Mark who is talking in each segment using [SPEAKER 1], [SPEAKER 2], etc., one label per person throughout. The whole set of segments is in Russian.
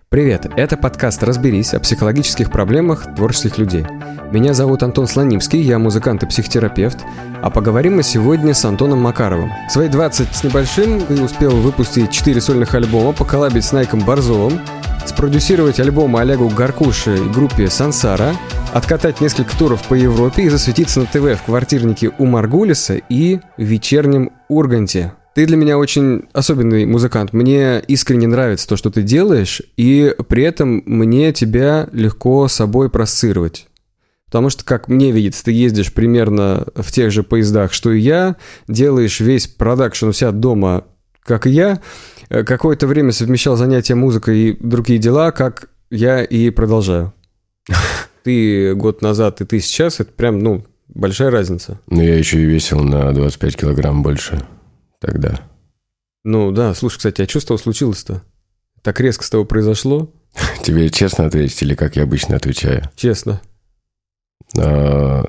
[SPEAKER 1] Привет, это подкаст «Разберись» о психологических проблемах творческих людей. Меня зовут Антон Слонимский, я музыкант и психотерапевт, а поговорим мы сегодня с Антоном Макаровым. В свои 20 с небольшим ты успел выпустить 4 сольных альбома, поколлабить с Найком Борзовым, спродюсировать альбомы Олегу Гаркуше и группе «Сансара», откатать несколько туров по Европе и засветиться на ТВ в «Квартирнике» у Маргулиса и в «Вечернем Урганте». Ты для меня очень особенный музыкант. Мне искренне нравится то, что ты делаешь, и при этом мне тебя легко собой проассоциировать. Потому что, как мне видится, ты ездишь примерно в тех же поездах, что и я, делаешь весь продакшн у себя дома, как и я, какое-то время совмещал занятия музыкой и другие дела, как я и продолжаю. Ты год назад и ты сейчас, это прям, большая разница.
[SPEAKER 2] Но я еще и весил на 25 килограмм больше тогда.
[SPEAKER 1] Ну да, слушай, кстати, а что с тобой случилось-то? Так резко с тобой произошло?
[SPEAKER 2] Тебе честно ответить или как я обычно отвечаю?
[SPEAKER 1] Честно.
[SPEAKER 2] Я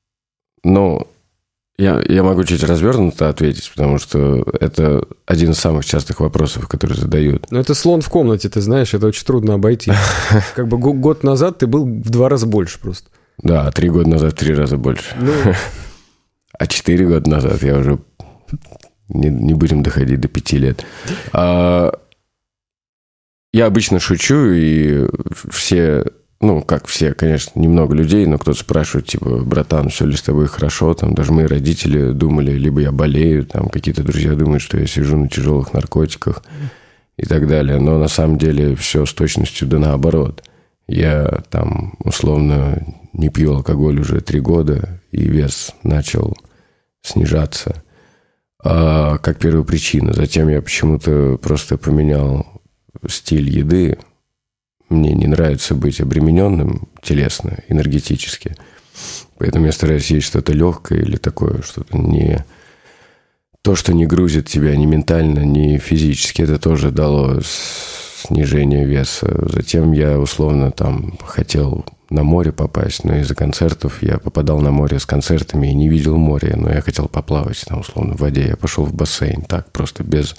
[SPEAKER 2] могу чуть развернуто ответить, потому что это один из самых частых вопросов, которые задают.
[SPEAKER 1] Ну, это слон в комнате, ты знаешь, это очень трудно обойти. Как бы год назад ты был в 2 раза больше просто.
[SPEAKER 2] Да, 3 года назад в 3 раза больше. А 4 года назад я уже... Не будем доходить до 5 лет. Я обычно шучу, и все... как все, конечно, немного людей, но кто-то спрашивает, типа, братан, все ли с тобой хорошо? Там даже мои родители думали, либо я болею, там какие-то друзья думают, что я сижу на тяжелых наркотиках и так далее. Но на самом деле все с точностью да наоборот. Я там, условно, не пью алкоголь уже 3 года, и вес начал снижаться как первая причина. Затем я почему-то просто поменял стиль еды. Мне не нравится быть обремененным телесно, энергетически. Поэтому я стараюсь есть что-то легкое или такое, что-то не... То, что не грузит тебя ни ментально, ни физически. Это тоже дало снижение веса. Затем я условно там хотел на море попасть, но из-за концертов я попадал на море с концертами и не видел моря. Но я хотел поплавать там условно в воде. Я пошел в бассейн так, просто без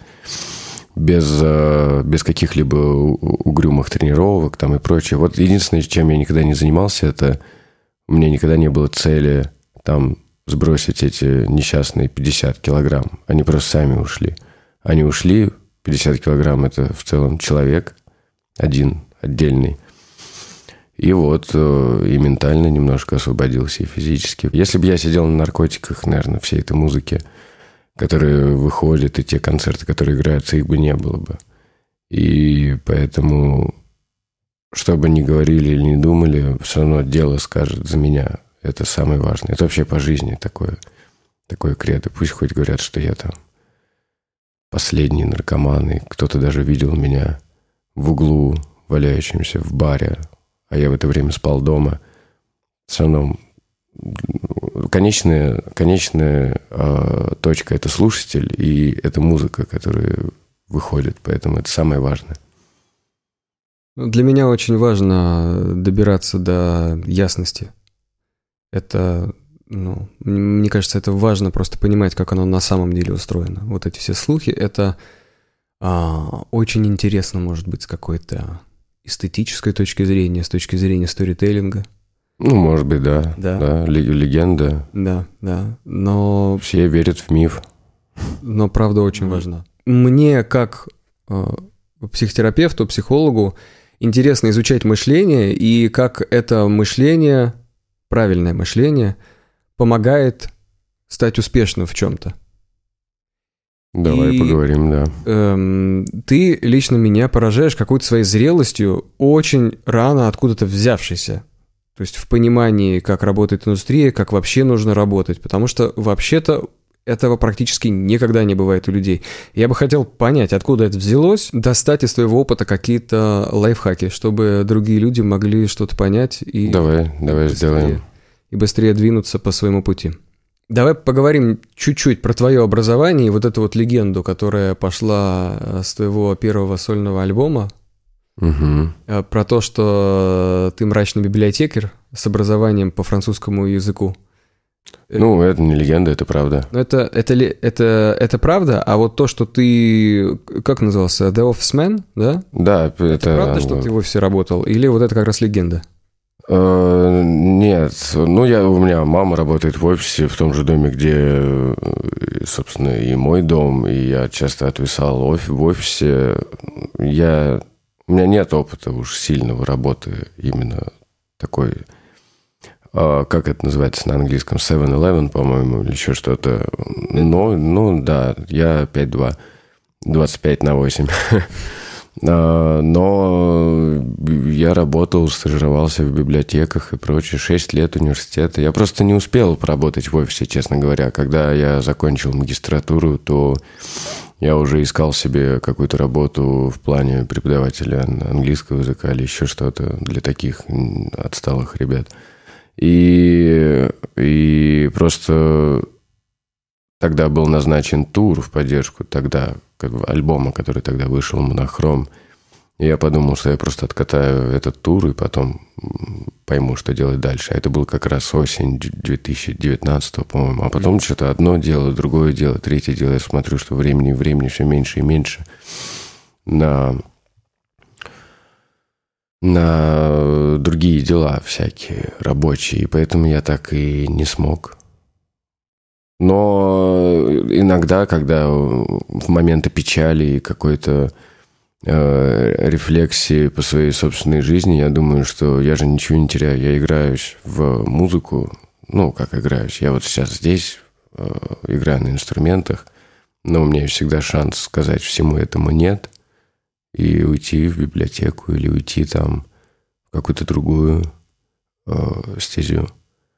[SPEAKER 2] каких-либо угрюмых тренировок там и прочее. Вот единственное, чем я никогда не занимался, это у меня никогда не было цели там сбросить эти несчастные 50 килограмм. Они просто сами ушли. Они ушли, 50 килограмм – это в целом человек один, отдельный. И вот и ментально немножко освободился, и физически. Если бы я сидел на наркотиках, наверное, всей этой музыки, которые выходят, и те концерты, которые играются, их бы не было бы. И поэтому, что бы ни говорили или не думали, все равно дело скажет за меня. Это самое важное. Это вообще по жизни такое кредо. Пусть хоть говорят, что я там последний наркоман, и кто-то даже видел меня в углу, валяющимся в баре, а я в это время спал дома. Все равно конечная точка – это слушатель, и это музыка, которая выходит, поэтому это самое важное.
[SPEAKER 1] Для меня очень важно добираться до ясности. Это, мне кажется, это важно просто понимать, как оно на самом деле устроено. Вот эти все слухи, это очень интересно, может быть, с какой-то эстетической точки зрения, с точки зрения сторителлинга.
[SPEAKER 2] Может быть, да. Легенда.
[SPEAKER 1] Да, но...
[SPEAKER 2] Все верят в миф.
[SPEAKER 1] Но правда очень важна. Мне, как психотерапевту, психологу, интересно изучать мышление, и как это мышление, правильное мышление, помогает стать успешным в чем-то.
[SPEAKER 2] Давай поговорим, да.
[SPEAKER 1] Ты лично меня поражаешь какой-то своей зрелостью, очень рано откуда-то взявшейся. То есть в понимании, как работает индустрия, как вообще нужно работать. Потому что вообще-то этого практически никогда не бывает у людей. Я бы хотел понять, откуда это взялось, достать из твоего опыта какие-то лайфхаки, чтобы другие люди могли что-то понять и... Давай
[SPEAKER 2] сделаем.
[SPEAKER 1] И быстрее двинуться по своему пути. Давай поговорим чуть-чуть про твое образование и вот эту вот легенду, которая пошла с твоего первого сольного альбома.
[SPEAKER 2] Угу.
[SPEAKER 1] Про то, что ты мрачный библиотекарь с образованием по французскому языку.
[SPEAKER 2] Ну, это не легенда, это правда.
[SPEAKER 1] Но это правда, а вот то, что ты, как назывался, The Office Man, да?
[SPEAKER 2] Да,
[SPEAKER 1] Это правда, что ты в офисе работал? Или вот это как раз легенда?
[SPEAKER 2] Нет, ну, у меня мама работает в офисе, в том же доме, где, собственно, и мой дом, и я часто отвисал в офисе. У меня нет опыта уж сильного работы именно такой, как это называется на английском, 7-Eleven, по-моему, или еще что-то. Ну, да, я 5-2, 25/8. Но я работал, стажировался в библиотеках и прочее. 6 лет университета. Я просто не успел поработать в офисе, честно говоря. Когда я закончил магистратуру, то я уже искал себе какую-то работу в плане преподавателя английского языка или еще что-то для таких отсталых ребят. И просто тогда был назначен тур в поддержку тогда, как бы альбома, который тогда вышел, «Монохром». И я подумал, что я просто откатаю этот тур и потом пойму, что делать дальше. А это был как раз осень 2019, по-моему. А потом что-то одно дело, другое дело, третье дело. Я смотрю, что времени все меньше и меньше на другие дела всякие, рабочие. И поэтому я так и не смог. Но иногда, когда в моменты печали и какой-то рефлексии по своей собственной жизни, я думаю, что я же ничего не теряю. Я играюсь в музыку. Ну, как играюсь? Я вот сейчас здесь играю на инструментах, но у меня есть всегда шанс сказать всему этому «нет» и уйти в библиотеку или уйти там в какую-то другую стезю.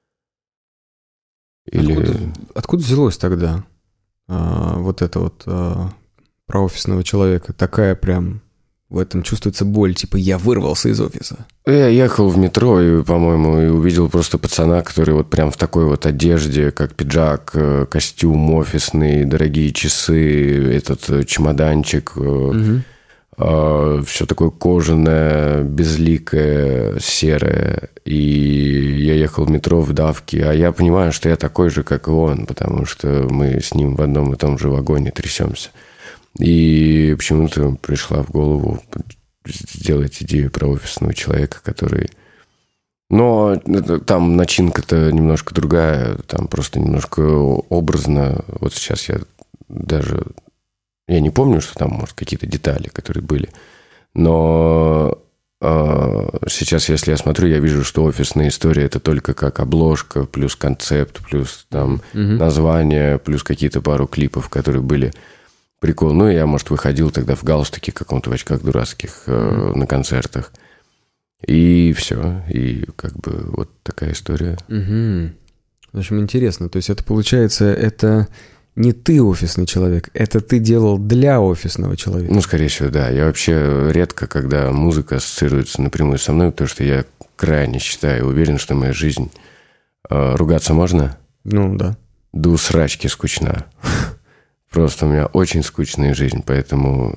[SPEAKER 1] Откуда взялось тогда вот это вот про офисного человека? Такая прям в этом чувствуется боль, типа я вырвался из офиса.
[SPEAKER 2] Я ехал в метро и, по-моему, и увидел просто пацана, который вот прям в такой вот одежде, как пиджак, костюм офисный, дорогие часы, этот чемоданчик, все такое кожаное, безликое, серое. И я ехал в метро в давке, а я понимаю, что я такой же, как и он, потому что мы с ним в одном и том же вагоне трясемся. И почему-то пришла в голову сделать идею про офисного человека, который... Но там начинка-то немножко другая, там просто немножко образно. Вот сейчас я даже... Я не помню, что там, может, какие-то детали, которые были. Но сейчас, если я смотрю, я вижу, что офисная история – это только как обложка, плюс концепт, плюс там название, плюс какие-то пару клипов, которые были прикол. Ну, я, может, выходил тогда в галстуке каком-то, в очках дурацких на концертах. И все. И как бы вот такая история.
[SPEAKER 1] В общем, интересно. То есть это, получается, это... Не ты офисный человек, это ты делал для офисного человека.
[SPEAKER 2] Ну, скорее всего, да. Я вообще редко, когда музыка ассоциируется напрямую со мной, потому что я крайне считаю, уверен, что моя жизнь... ругаться можно?
[SPEAKER 1] Ну, да.
[SPEAKER 2] До срачки скучна. Просто у меня очень скучная жизнь, поэтому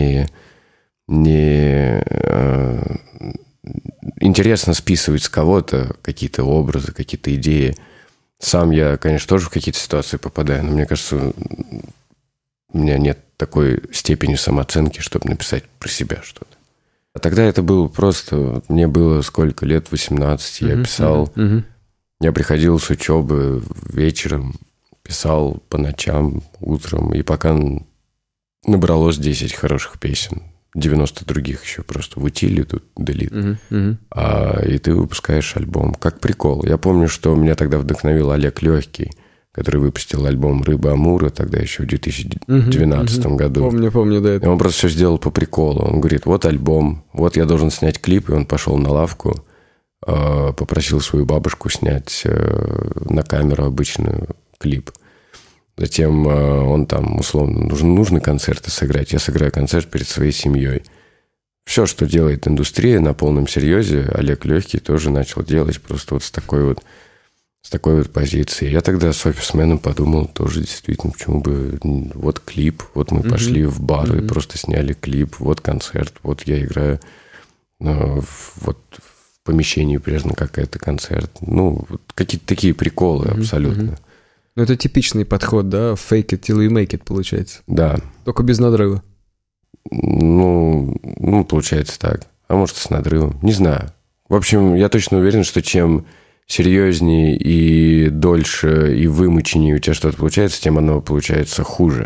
[SPEAKER 2] интересно списывать с кого-то какие-то образы, какие-то идеи. Сам я, конечно, тоже в какие-то ситуации попадаю, но мне кажется, у меня нет такой степени самооценки, чтобы написать про себя что-то. А тогда это было просто... Мне было сколько лет? 18. Я писал... Я приходил с учебы вечером, писал по ночам, утром, и пока набралось 10 хороших песен. 90 других еще просто в утиле тут делит. И ты выпускаешь альбом. Как прикол. Я помню, что меня тогда вдохновил Олег Легкий, который выпустил альбом «Рыба Амура» тогда еще в 2012 году.
[SPEAKER 1] Помню, да.
[SPEAKER 2] И он просто все сделал по приколу. Он говорит, вот альбом, вот я должен снять клип. И он пошел на лавку, попросил свою бабушку снять на камеру обычную клип. Затем он там, условно, нужны концерты сыграть. Я сыграю концерт перед своей семьей. Все, что делает индустрия на полном серьезе, Олег Легкий тоже начал делать просто вот с такой вот позиции. Я тогда с офисменом подумал тоже действительно, почему бы... Вот клип, вот мы пошли в бар и просто сняли клип, вот концерт, вот я играю вот помещении примерно как это концерт. Ну, какие-то такие приколы абсолютно.
[SPEAKER 1] Ну, это типичный подход, да? Fake it till you make it, получается.
[SPEAKER 2] Да.
[SPEAKER 1] Только без надрыва.
[SPEAKER 2] Ну, получается так. А может, и с надрывом. Не знаю. В общем, я точно уверен, что чем серьезнее и дольше и вымученнее у тебя что-то получается, тем оно получается хуже.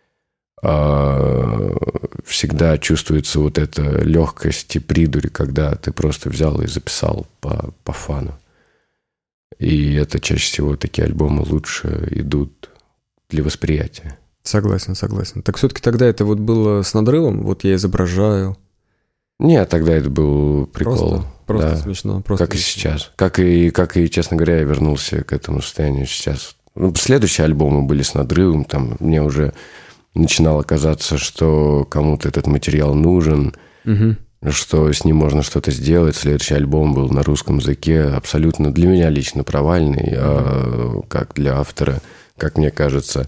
[SPEAKER 2] Всегда чувствуется вот эта легкость и придурь, когда ты просто взял и записал по фану. И это чаще всего такие альбомы лучше идут для восприятия.
[SPEAKER 1] Согласен. Так все-таки тогда это вот было с надрывом? Вот я изображаю.
[SPEAKER 2] Нет, тогда это был прикол.
[SPEAKER 1] Просто смешно. Просто
[SPEAKER 2] как смешно. И сейчас. Как и, честно говоря, я вернулся к этому состоянию сейчас. Следующие альбомы были с надрывом. Там мне уже начинало казаться, что кому-то этот материал нужен, что с ним можно что-то сделать. Следующий альбом был на русском языке, абсолютно для меня лично провальный, как для автора, как мне кажется.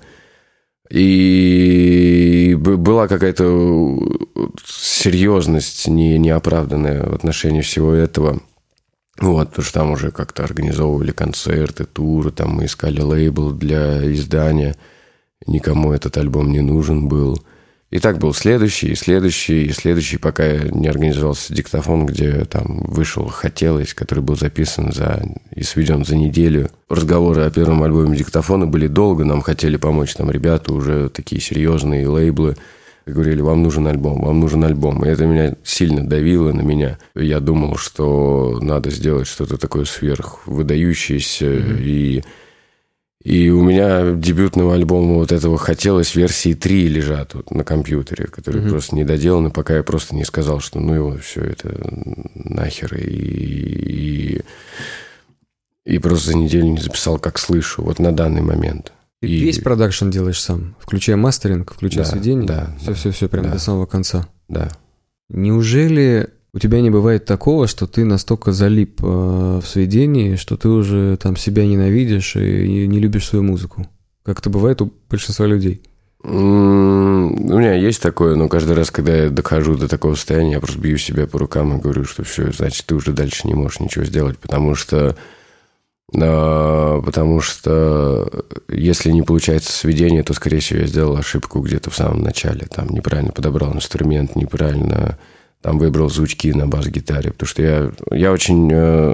[SPEAKER 2] И была какая-то серьезность неоправданная в отношении всего этого. Вот, потому что там уже как-то организовывали концерты, туры, там мы искали лейбл для издания. Никому этот альбом не нужен был. И так был следующий, пока не организовался диктофон, где там вышел «Хотелось», который был записан и сведен за неделю. Разговоры о первом альбоме диктофона были долго, нам хотели помочь там ребята, уже такие серьезные лейблы. Говорили, вам нужен альбом. И это меня сильно давило на меня. Я думал, что надо сделать что-то такое сверхвыдающееся, И у меня дебютного альбома вот этого «Хотелось» версии 3 лежат вот на компьютере, которые просто не доделаны, пока я просто не сказал, что ну его все это нахер. И просто за неделю не записал, как слышу, вот на данный момент.
[SPEAKER 1] И весь продакшн делаешь сам, включая мастеринг, включая сведение?
[SPEAKER 2] Да.
[SPEAKER 1] Все прям до самого конца?
[SPEAKER 2] Да.
[SPEAKER 1] Неужели у тебя не бывает такого, что ты настолько залип в сведении, что ты уже там себя ненавидишь и не любишь свою музыку? Как это бывает у большинства людей?
[SPEAKER 2] У меня есть такое, но каждый раз, когда я дохожу до такого состояния, я просто бью себя по рукам и говорю, что все, значит, ты уже дальше не можешь ничего сделать, потому что если не получается сведение, то, скорее всего, я сделал ошибку где-то в самом начале. Там неправильно подобрал инструмент, неправильно там выбрал звучки на бас-гитаре. Потому что я очень...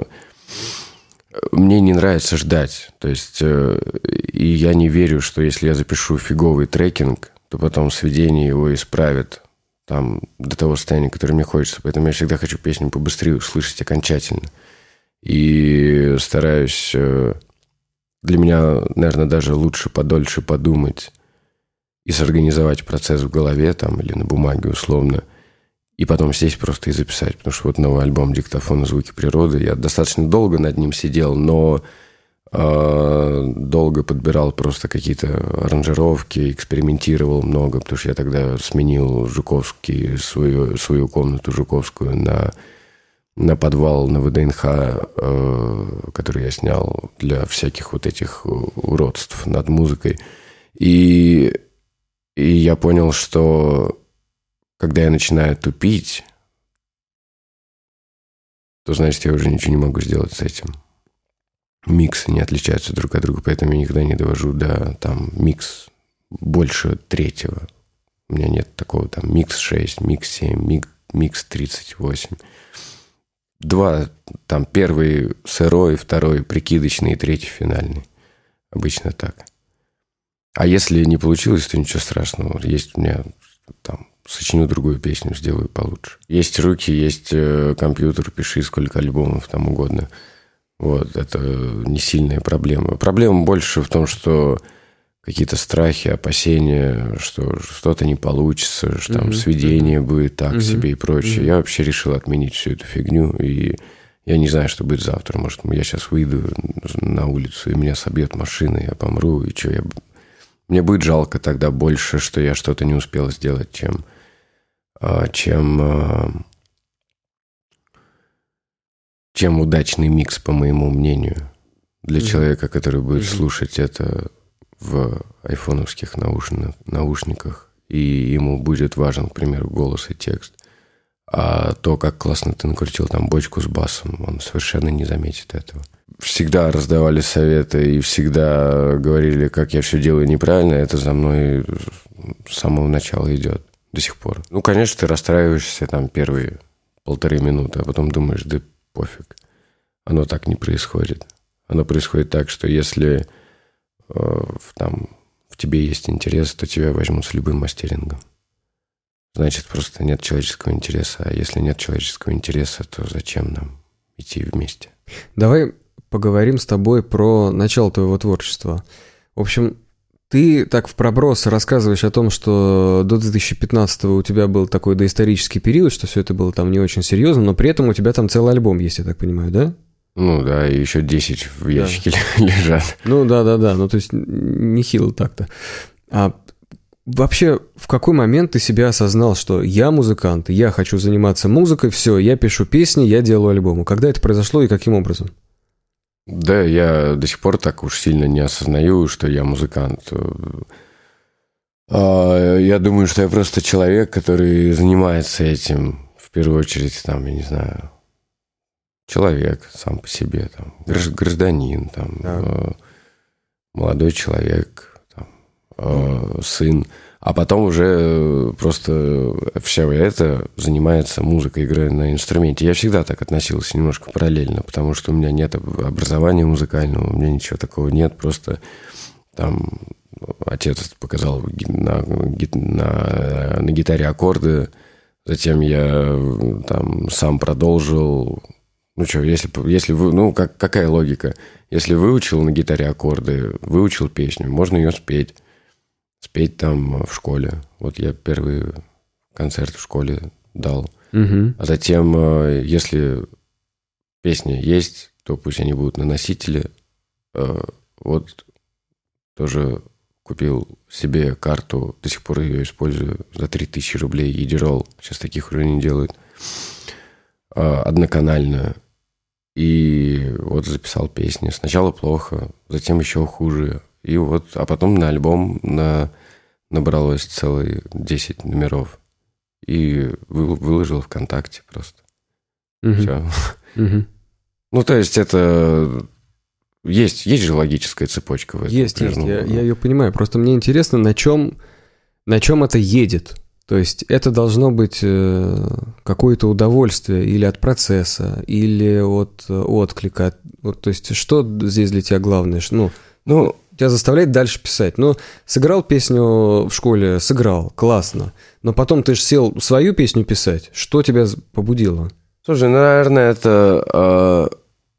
[SPEAKER 2] Мне не нравится ждать. То есть, и я не верю, что если я запишу фиговый трекинг, то потом сведение его исправит там до того состояния, которое мне хочется. Поэтому я всегда хочу песню побыстрее услышать окончательно. И стараюсь... Для меня, наверное, даже лучше подольше подумать и сорганизовать процесс в голове там, или на бумаге условно, и потом сесть просто и записать. Потому что вот новый альбом «Диктофон. Звуки природы», я достаточно долго над ним сидел, но долго подбирал просто какие-то аранжировки, экспериментировал много, потому что я тогда сменил Жуковский, свою комнату Жуковскую на подвал на ВДНХ, который я снял для всяких вот этих уродств над музыкой. И я понял, что когда я начинаю тупить, то, значит, я уже ничего не могу сделать с этим. Миксы не отличаются друг от друга, поэтому я никогда не довожу до там микс больше 3-го. У меня нет такого там микс 6, микс 7, микс 38. 2, там первый сырой, второй прикидочный и третий финальный. Обычно так. А если не получилось, то ничего страшного. Есть у меня там, сочиню другую песню, сделаю получше. Есть руки, есть компьютер, пиши сколько альбомов там угодно. Вот, это не сильная проблема. Проблема больше в том, что какие-то страхи, опасения, что что-то не получится, что там сведение будет так себе и прочее. Я вообще решил отменить всю эту фигню, и я не знаю, что будет завтра. Может, я сейчас выйду на улицу, и меня собьет машина, я помру, и что, мне будет жалко тогда больше, что я что-то не успел сделать, чем удачный микс, по моему мнению, для человека, который будет слушать это в айфоновских наушниках, и ему будет важен, к примеру, голос и текст. А то, как классно ты накрутил там бочку с басом, он совершенно не заметит этого. Всегда раздавали советы и всегда говорили, как я все делаю неправильно. Это за мной с самого начала идет до сих пор. Ну, конечно, ты расстраиваешься там первые 1,5 минуты, а потом думаешь, да пофиг. Оно так не происходит. Оно происходит так, что если в тебе есть интерес, то тебя возьмут с любым мастерингом. Значит, просто нет человеческого интереса. А если нет человеческого интереса, то зачем нам идти вместе?
[SPEAKER 1] Давай поговорим с тобой про начало твоего творчества. В общем, ты так в проброс рассказываешь о том, что до 2015-го у тебя был такой доисторический период, что все это было там не очень серьезно, но при этом у тебя там целый альбом есть, я так понимаю, да?
[SPEAKER 2] Ну да, и еще 10 в ящике лежат.
[SPEAKER 1] Ну да, ну то есть нехило так-то. А вообще, в какой момент ты себя осознал, что я музыкант, я хочу заниматься музыкой, все, я пишу песни, я делаю альбомы? Когда это произошло и каким образом?
[SPEAKER 2] Да, я до сих пор так уж сильно не осознаю, что я музыкант. Я думаю, что я просто человек, который занимается этим, в первую очередь, там, я не знаю, человек сам по себе, там, гражданин, там, молодой человек, там, сын. А потом уже просто все это занимается музыкой, играя на инструменте. Я всегда так относился, немножко параллельно, потому что у меня нет образования музыкального, у меня ничего такого нет. Просто там отец показал на гитаре аккорды, затем я там сам продолжил. Ну что, если вы, ну какая логика? Если выучил на гитаре аккорды, выучил песню, можно ее спеть там в школе. Вот я первый концерт в школе дал.
[SPEAKER 1] Угу.
[SPEAKER 2] А затем, если песни есть, то пусть они будут на носителе. Вот тоже купил себе карту, до сих пор ее использую, за 3000 рублей, Edirol. Сейчас таких уже не делают. Одноканальную. И вот записал песни. Сначала плохо, затем еще хуже. И вот, а потом на альбом набралось целые 10 номеров. И выложил ВКонтакте просто. Все. Ну, то есть это... Есть же логическая цепочка в этом.
[SPEAKER 1] Есть. Я ее понимаю. Просто мне интересно, на чем это едет. То есть это должно быть какое-то удовольствие или от процесса, или от отклика. Вот, то есть что здесь для тебя главное? Ну, тебя заставляет дальше писать. Ну, сыграл песню в школе, сыграл, классно. Но потом ты же сел свою песню писать. Что тебя побудило?
[SPEAKER 2] Слушай, ну, наверное, это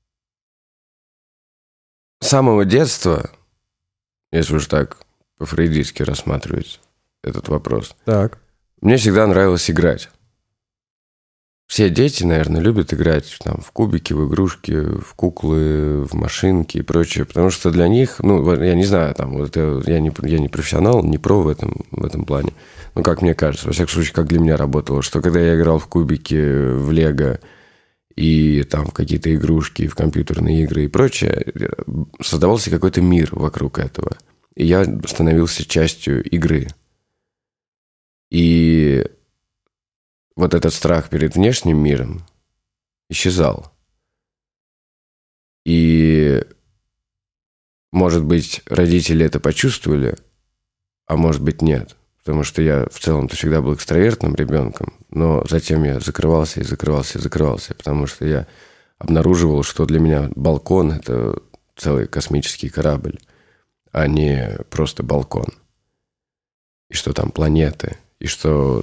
[SPEAKER 2] с самого детства, если уж так по-фрейдистски рассматривать этот вопрос.
[SPEAKER 1] Так.
[SPEAKER 2] Мне всегда нравилось играть. Все дети, наверное, любят играть там, в кубики, в игрушки, в куклы, в машинки и прочее, потому что для них, ну, я не знаю, там, вот я не профессионал, не про в этом плане, но как мне кажется, во всяком случае, как для меня работало, что когда я играл в кубики, в лего и там в какие-то игрушки, в компьютерные игры и прочее, создавался какой-то мир вокруг этого, и я становился частью игры. И вот этот страх перед внешним миром исчезал. И, может быть, родители это почувствовали, а может быть, нет. Потому что я в целом-то всегда был экстравертным ребенком, но затем я закрывался, потому что я обнаруживал, что для меня балкон – это целый космический корабль, а не просто балкон. И что там планеты, и что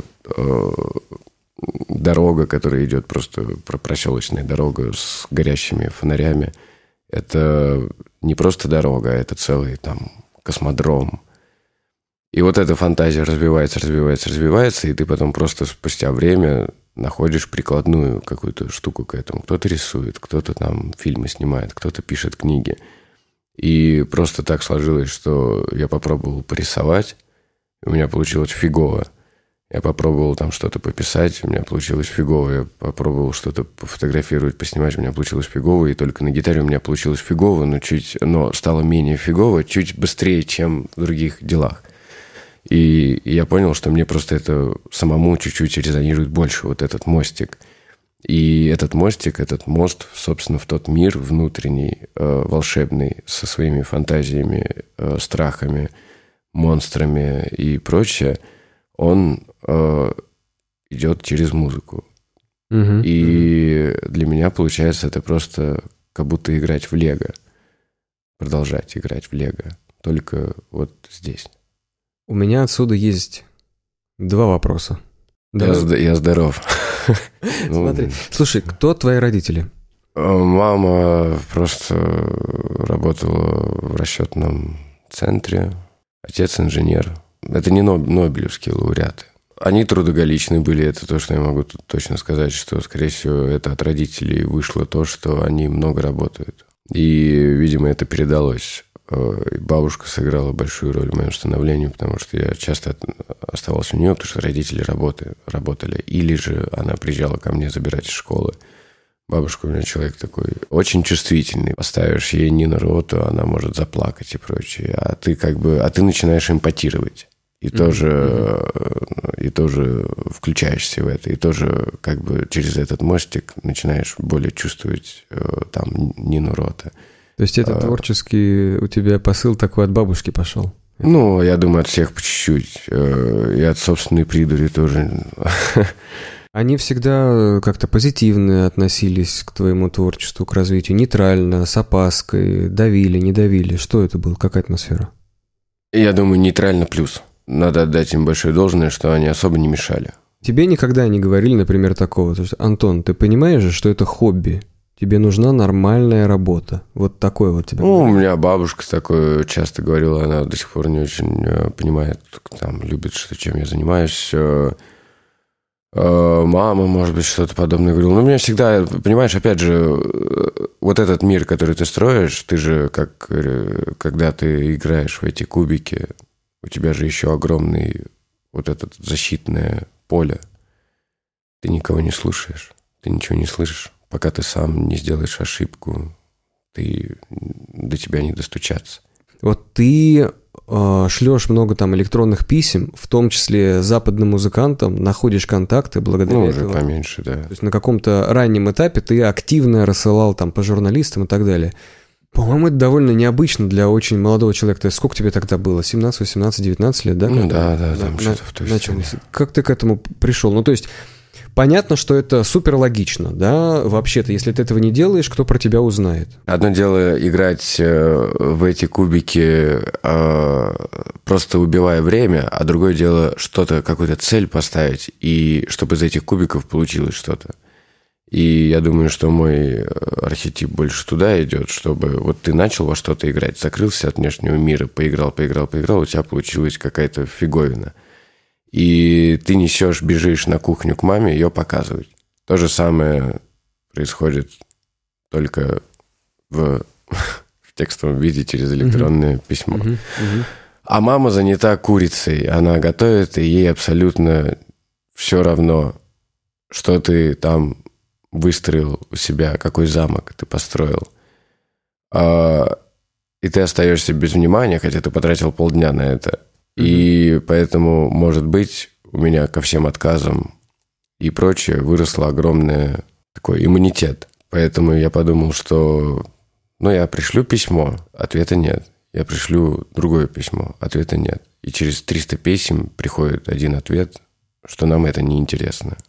[SPEAKER 2] дорога, которая идет просто проселочная дорога с горящими фонарями, это не просто дорога, это целый там космодром. И вот эта фантазия развивается, и ты потом просто спустя время находишь прикладную какую-то штуку к этому. Кто-то рисует, кто-то там фильмы снимает, кто-то пишет книги. И просто так сложилось, что я попробовал порисовать, у меня получилось фигово. Я попробовал там что-то пописать, у меня получилось фигово. Я попробовал что-то пофотографировать, поснимать, у меня получилось фигово. И только на гитаре у меня получилось фигово, но стало менее фигово, чуть быстрее, чем в других делах. И я понял, что мне просто это самому чуть-чуть резонирует больше, вот этот мостик. И этот мостик, этот мост, собственно, в тот мир внутренний, волшебный, со своими фантазиями, страхами, монстрами и прочее, он идет через музыку. И для меня, получается, это просто как будто играть в лего. Продолжать играть в лего. Только вот здесь.
[SPEAKER 1] У меня отсюда есть 2 вопроса.
[SPEAKER 2] Я здоров.
[SPEAKER 1] Смотри, слушай, кто твои родители?
[SPEAKER 2] Мама просто работала в расчетном центре. Отец инженер. Это не нобелевские лауреаты. Они трудоголичны были, это то, что я могу точно сказать, что, скорее всего, это от родителей вышло то, что они много работают. И, видимо, это передалось. Бабушка сыграла большую роль в моем становлении, потому что я часто оставался у нее, потому что родители работали. Или же она приезжала ко мне забирать из школы. Бабушка у меня человек такой очень чувствительный. Поставишь ей Нину Роту, она может заплакать и прочее. А ты начинаешь эмпатировать. И тоже включаешься в это. И тоже как бы через этот мостик начинаешь более чувствовать там Нину Роту.
[SPEAKER 1] То есть это творческий у тебя посыл такой от бабушки пошел?
[SPEAKER 2] Ну, я думаю, от всех по чуть-чуть. И от собственной придури тоже.
[SPEAKER 1] Они всегда как-то позитивно относились к твоему творчеству, к развитию, нейтрально, с опаской, давили, не давили. Что это было? Какая атмосфера?
[SPEAKER 2] Я думаю, нейтрально плюс. Надо отдать им большое должное, что они особо не мешали.
[SPEAKER 1] Тебе никогда не говорили, например, такого? То есть, Антон, ты понимаешь же, что это хобби? Тебе нужна нормальная работа. Вот такое вот тебе.
[SPEAKER 2] Ну, у меня бабушка такое часто говорила, она до сих пор не очень понимает, там, любит, чем я занимаюсь. Мама, может быть, что-то подобное говорила. Но у меня всегда, понимаешь, опять же, вот этот мир, который ты строишь, ты же, когда ты играешь в эти кубики, у тебя же еще огромный вот это защитное поле. Ты никого не слушаешь, ты ничего не слышишь. Пока ты сам не сделаешь ошибку, до тебя не достучаться.
[SPEAKER 1] Вот ты шлешь много там электронных писем, в том числе западным музыкантам, находишь контакты благодаря
[SPEAKER 2] этому. Уже поменьше, да.
[SPEAKER 1] То есть на каком-то раннем этапе ты активно рассылал там по журналистам и так далее. По-моему, это довольно необычно для очень молодого человека. То есть сколько тебе тогда было? 17, 18, 19 лет, да?
[SPEAKER 2] Ну да, там что-то в той стороне.
[SPEAKER 1] Как ты к этому пришел? Ну, то есть понятно, что это супер логично, да? Вообще-то, если ты этого не делаешь, кто про тебя узнает?
[SPEAKER 2] Одно дело играть в эти кубики, просто убивая время, а другое дело какую-то цель поставить, и чтобы из этих кубиков получилось что-то. И я думаю, что мой архетип больше туда идет, чтобы вот ты начал во что-то играть, закрылся от внешнего мира, поиграл, у тебя получилась какая-то фиговина. И ты бежишь на кухню к маме ее показывать. То же самое происходит только в текстовом виде через электронное письмо. А мама занята курицей, она готовит, и ей абсолютно все равно, что ты там выстроил у себя, какой замок ты построил. И ты остаешься без внимания, хотя ты потратил полдня на это. И поэтому, может быть, у меня ко всем отказам и прочее выросло огромный такой иммунитет. Поэтому я подумал, что я пришлю письмо, ответа нет. Я пришлю другое письмо, ответа нет. И через 300 писем приходит один ответ, что нам это неинтересно.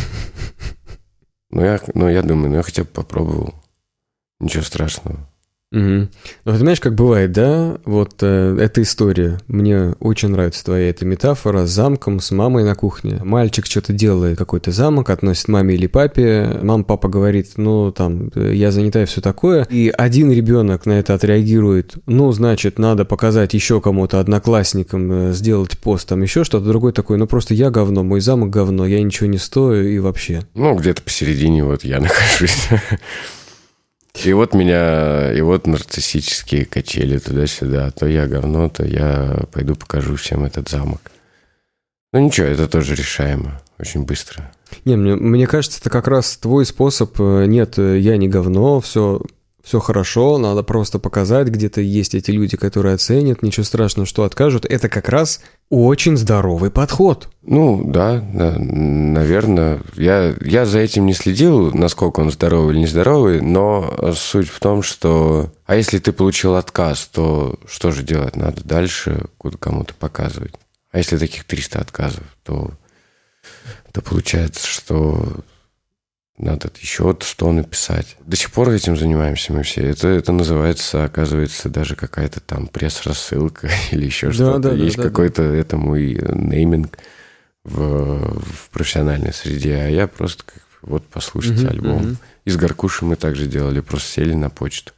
[SPEAKER 2] Я думаю, я хотя бы попробовал. Ничего страшного.
[SPEAKER 1] Ну, ты знаешь, как бывает, да? Вот эта история. Мне очень нравится твоя эта метафора с замком, с мамой на кухне. Мальчик что-то делает, какой-то замок, относит маме или папе. Мама, папа говорит, я занята и все такое. И один ребенок на это отреагирует. Значит, надо показать еще кому-то, одноклассникам, сделать пост, там еще что-то. Другой такой, просто я говно, мой замок говно, я ничего не стою и вообще.
[SPEAKER 2] Где-то посередине я нахожусь. И вот нарциссические качели туда-сюда. То я говно, то я пойду покажу всем этот замок. Ничего, это тоже решаемо. Очень быстро.
[SPEAKER 1] Мне кажется, это как раз твой способ. Нет, я не говно, все все хорошо, надо просто показать, где-то есть эти люди, которые оценят, ничего страшного, что откажут. Это как раз очень здоровый подход.
[SPEAKER 2] Ну, да, наверное. Я за этим не следил, насколько он здоровый или нездоровый, но суть в том, что... А если ты получил отказ, то что же делать? Надо дальше кому-то показывать. А если таких 300 отказов, то получается, что... Надо еще 100 написать. До сих пор этим занимаемся мы все. Это называется, оказывается, даже какая-то там пресс-рассылка или еще что-то. Есть какой-то этому и нейминг в профессиональной среде. А я просто вот послушать альбом. И с Гаркушей мы также делали. Просто сели на почту.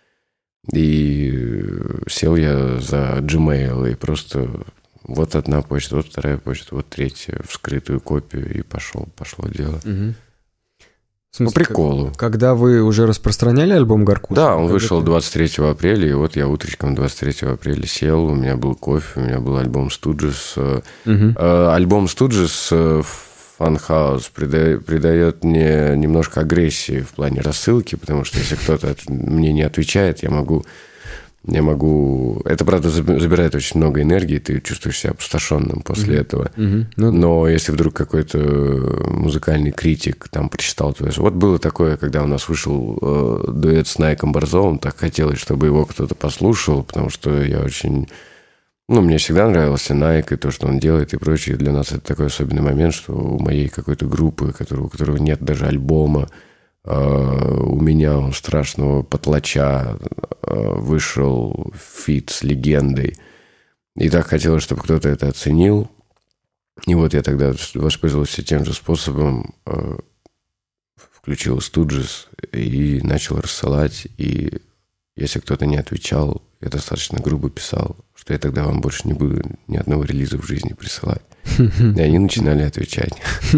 [SPEAKER 2] И сел я за Gmail и просто вот одна почта, вот вторая почта, вот третья, вскрытую копию, и пошло дело.
[SPEAKER 1] В смысле,
[SPEAKER 2] по приколу.
[SPEAKER 1] Когда вы уже распространяли альбом Гаркуша?
[SPEAKER 2] Да, он вышел 23 апреля, и вот я утречком 23 апреля сел, у меня был кофе, у меня был альбом Stooges. Альбом Stooges Funhouse придает мне немножко агрессии в плане рассылки, потому что если кто-то мне не отвечает, я могу... Это, правда, забирает очень много энергии, ты чувствуешь себя опустошенным после этого. Но если вдруг какой-то музыкальный критик там прочитал твое... Вот было такое, когда у нас вышел дуэт с Найком Борзовым, так хотелось, чтобы его кто-то послушал, потому что я очень... мне всегда нравился Найк и то, что он делает и прочее. Для нас это такой особенный момент, что у моей какой-то группы, у которого нет даже альбома, у меня у страшного потлача вышел фит с легендой. И так хотелось, чтобы кто-то это оценил. И вот я тогда воспользовался тем же способом, включил Stooges и начал рассылать. И если кто-то не отвечал, я достаточно грубо писал, что я тогда вам больше не буду ни одного релиза в жизни присылать. И они начинали отвечать.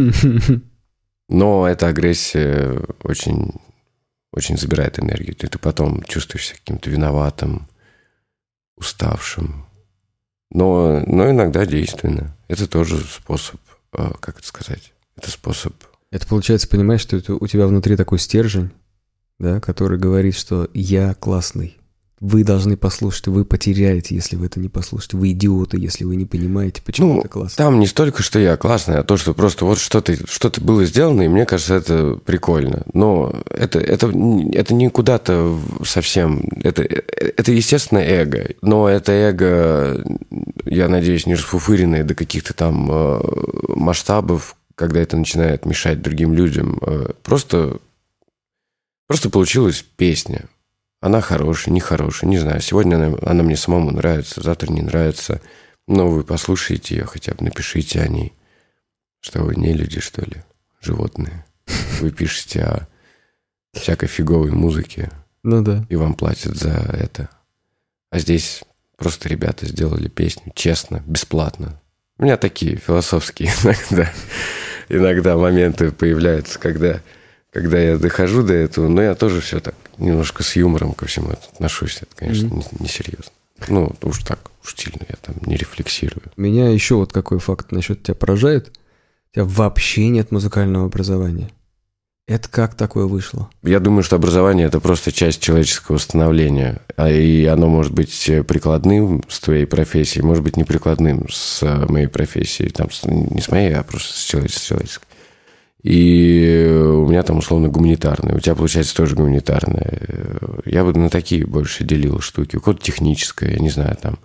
[SPEAKER 2] Но эта агрессия очень, очень забирает энергию. Ты потом чувствуешься каким-то виноватым, уставшим. Но иногда действенно. Это тоже способ, как это сказать? Это способ...
[SPEAKER 1] Это получается, понимаешь, что это у тебя внутри такой стержень, да, который говорит, что я классный. Вы должны послушать, вы потеряете, если вы это не послушаете. Вы идиоты, если вы не понимаете, почему это классно.
[SPEAKER 2] Там не столько, что я классный, а то, что просто вот что-то было сделано, и мне кажется, это прикольно. Но это не куда-то совсем... Это естественно, эго. Но это эго, я надеюсь, не расфуфыренное до каких-то там масштабов, когда это начинает мешать другим людям. Просто получилась песня. Она хорошая, нехорошая, не знаю. Сегодня она мне самому нравится, завтра не нравится. Но вы послушайте ее, хотя бы напишите о ней. Что вы не люди, что ли? Животные. Вы пишете о всякой фиговой музыке.
[SPEAKER 1] Ну да.
[SPEAKER 2] И вам платят за это. А здесь просто ребята сделали песню честно, бесплатно. У меня такие философские иногда моменты появляются, когда я дохожу до этого, но я тоже все так немножко с юмором ко всему отношусь. Это, конечно, несерьезно. Уж так, уж сильно я там не рефлексирую.
[SPEAKER 1] Меня еще вот какой факт насчет тебя поражает. У тебя вообще нет музыкального образования. Это как такое вышло?
[SPEAKER 2] Я думаю, что образование – это просто часть человеческого становления. И оно может быть прикладным с твоей профессией, может быть неприкладным с моей профессией. Там, не с моей, а просто с человеческой. И у меня там условно гуманитарное. У тебя, получается, тоже гуманитарное. Я бы на такие больше делил штуки. У кого-то техническое, я не знаю, там.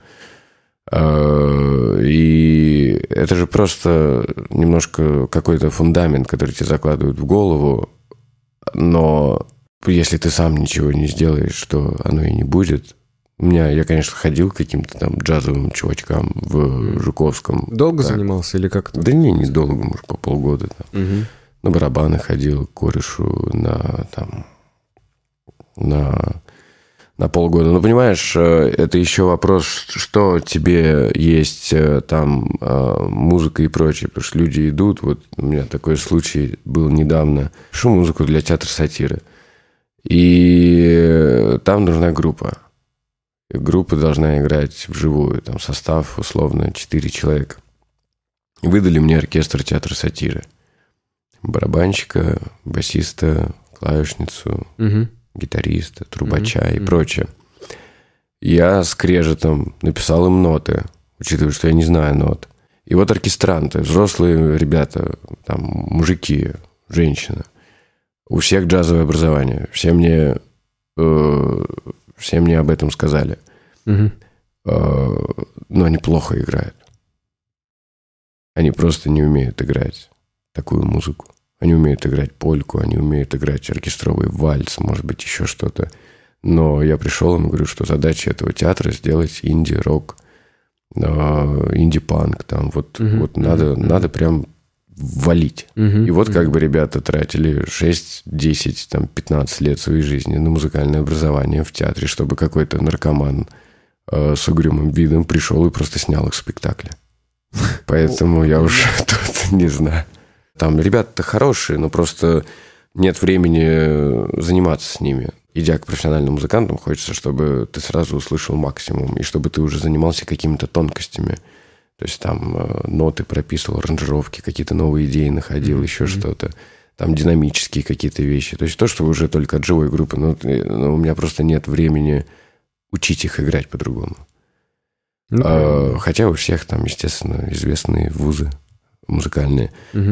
[SPEAKER 2] И это же просто немножко какой-то фундамент, который тебе закладывают в голову. Но если ты сам ничего не сделаешь, то оно и не будет. Я, конечно, ходил к каким-то там джазовым чувачкам в Жуковском.
[SPEAKER 1] Долго занимался или как-то?
[SPEAKER 2] Да недолго, может, по полгода. Там. На барабаны ходил к корешу на полгода. Но, понимаешь, это еще вопрос, что тебе есть там музыка и прочее. Потому что люди идут, вот у меня такой случай был недавно. Пишу музыку для театра сатиры. И там нужна группа. И группа должна играть вживую. Там состав, условно, 4 человека. И выдали мне оркестр театра сатиры. Барабанщика, басиста, клавишницу, гитариста, трубача и прочее. Я скрежетом написал им ноты, учитывая, что я не знаю нот. И вот оркестранты, взрослые ребята, там, мужики, женщины. У всех джазовое образование. Все мне об этом сказали. Но они плохо играют. Они просто не умеют играть такую музыку. Они умеют играть польку, они умеют играть оркестровый вальс, может быть, еще что-то. Но я пришел им и говорю, что задача этого театра сделать инди-рок, инди-панк. Там вот надо прям валить. И вот как бы ребята тратили 6, 10, там, 15 лет своей жизни на музыкальное образование в театре, чтобы какой-то наркоман с угрюмым видом пришел и просто снял их спектакли. Поэтому я уже тут не знаю. Там ребята-то хорошие, но просто нет времени заниматься с ними. Идя к профессиональным музыкантам, хочется, чтобы ты сразу услышал максимум, и чтобы ты уже занимался какими-то тонкостями. То есть там ноты прописывал, аранжировки, какие-то новые идеи находил, еще что-то. Там динамические какие-то вещи. То есть то, что уже только от живой группы. Но у меня просто нет времени учить их играть по-другому. Хотя у всех там, естественно, известные вузы музыкальные.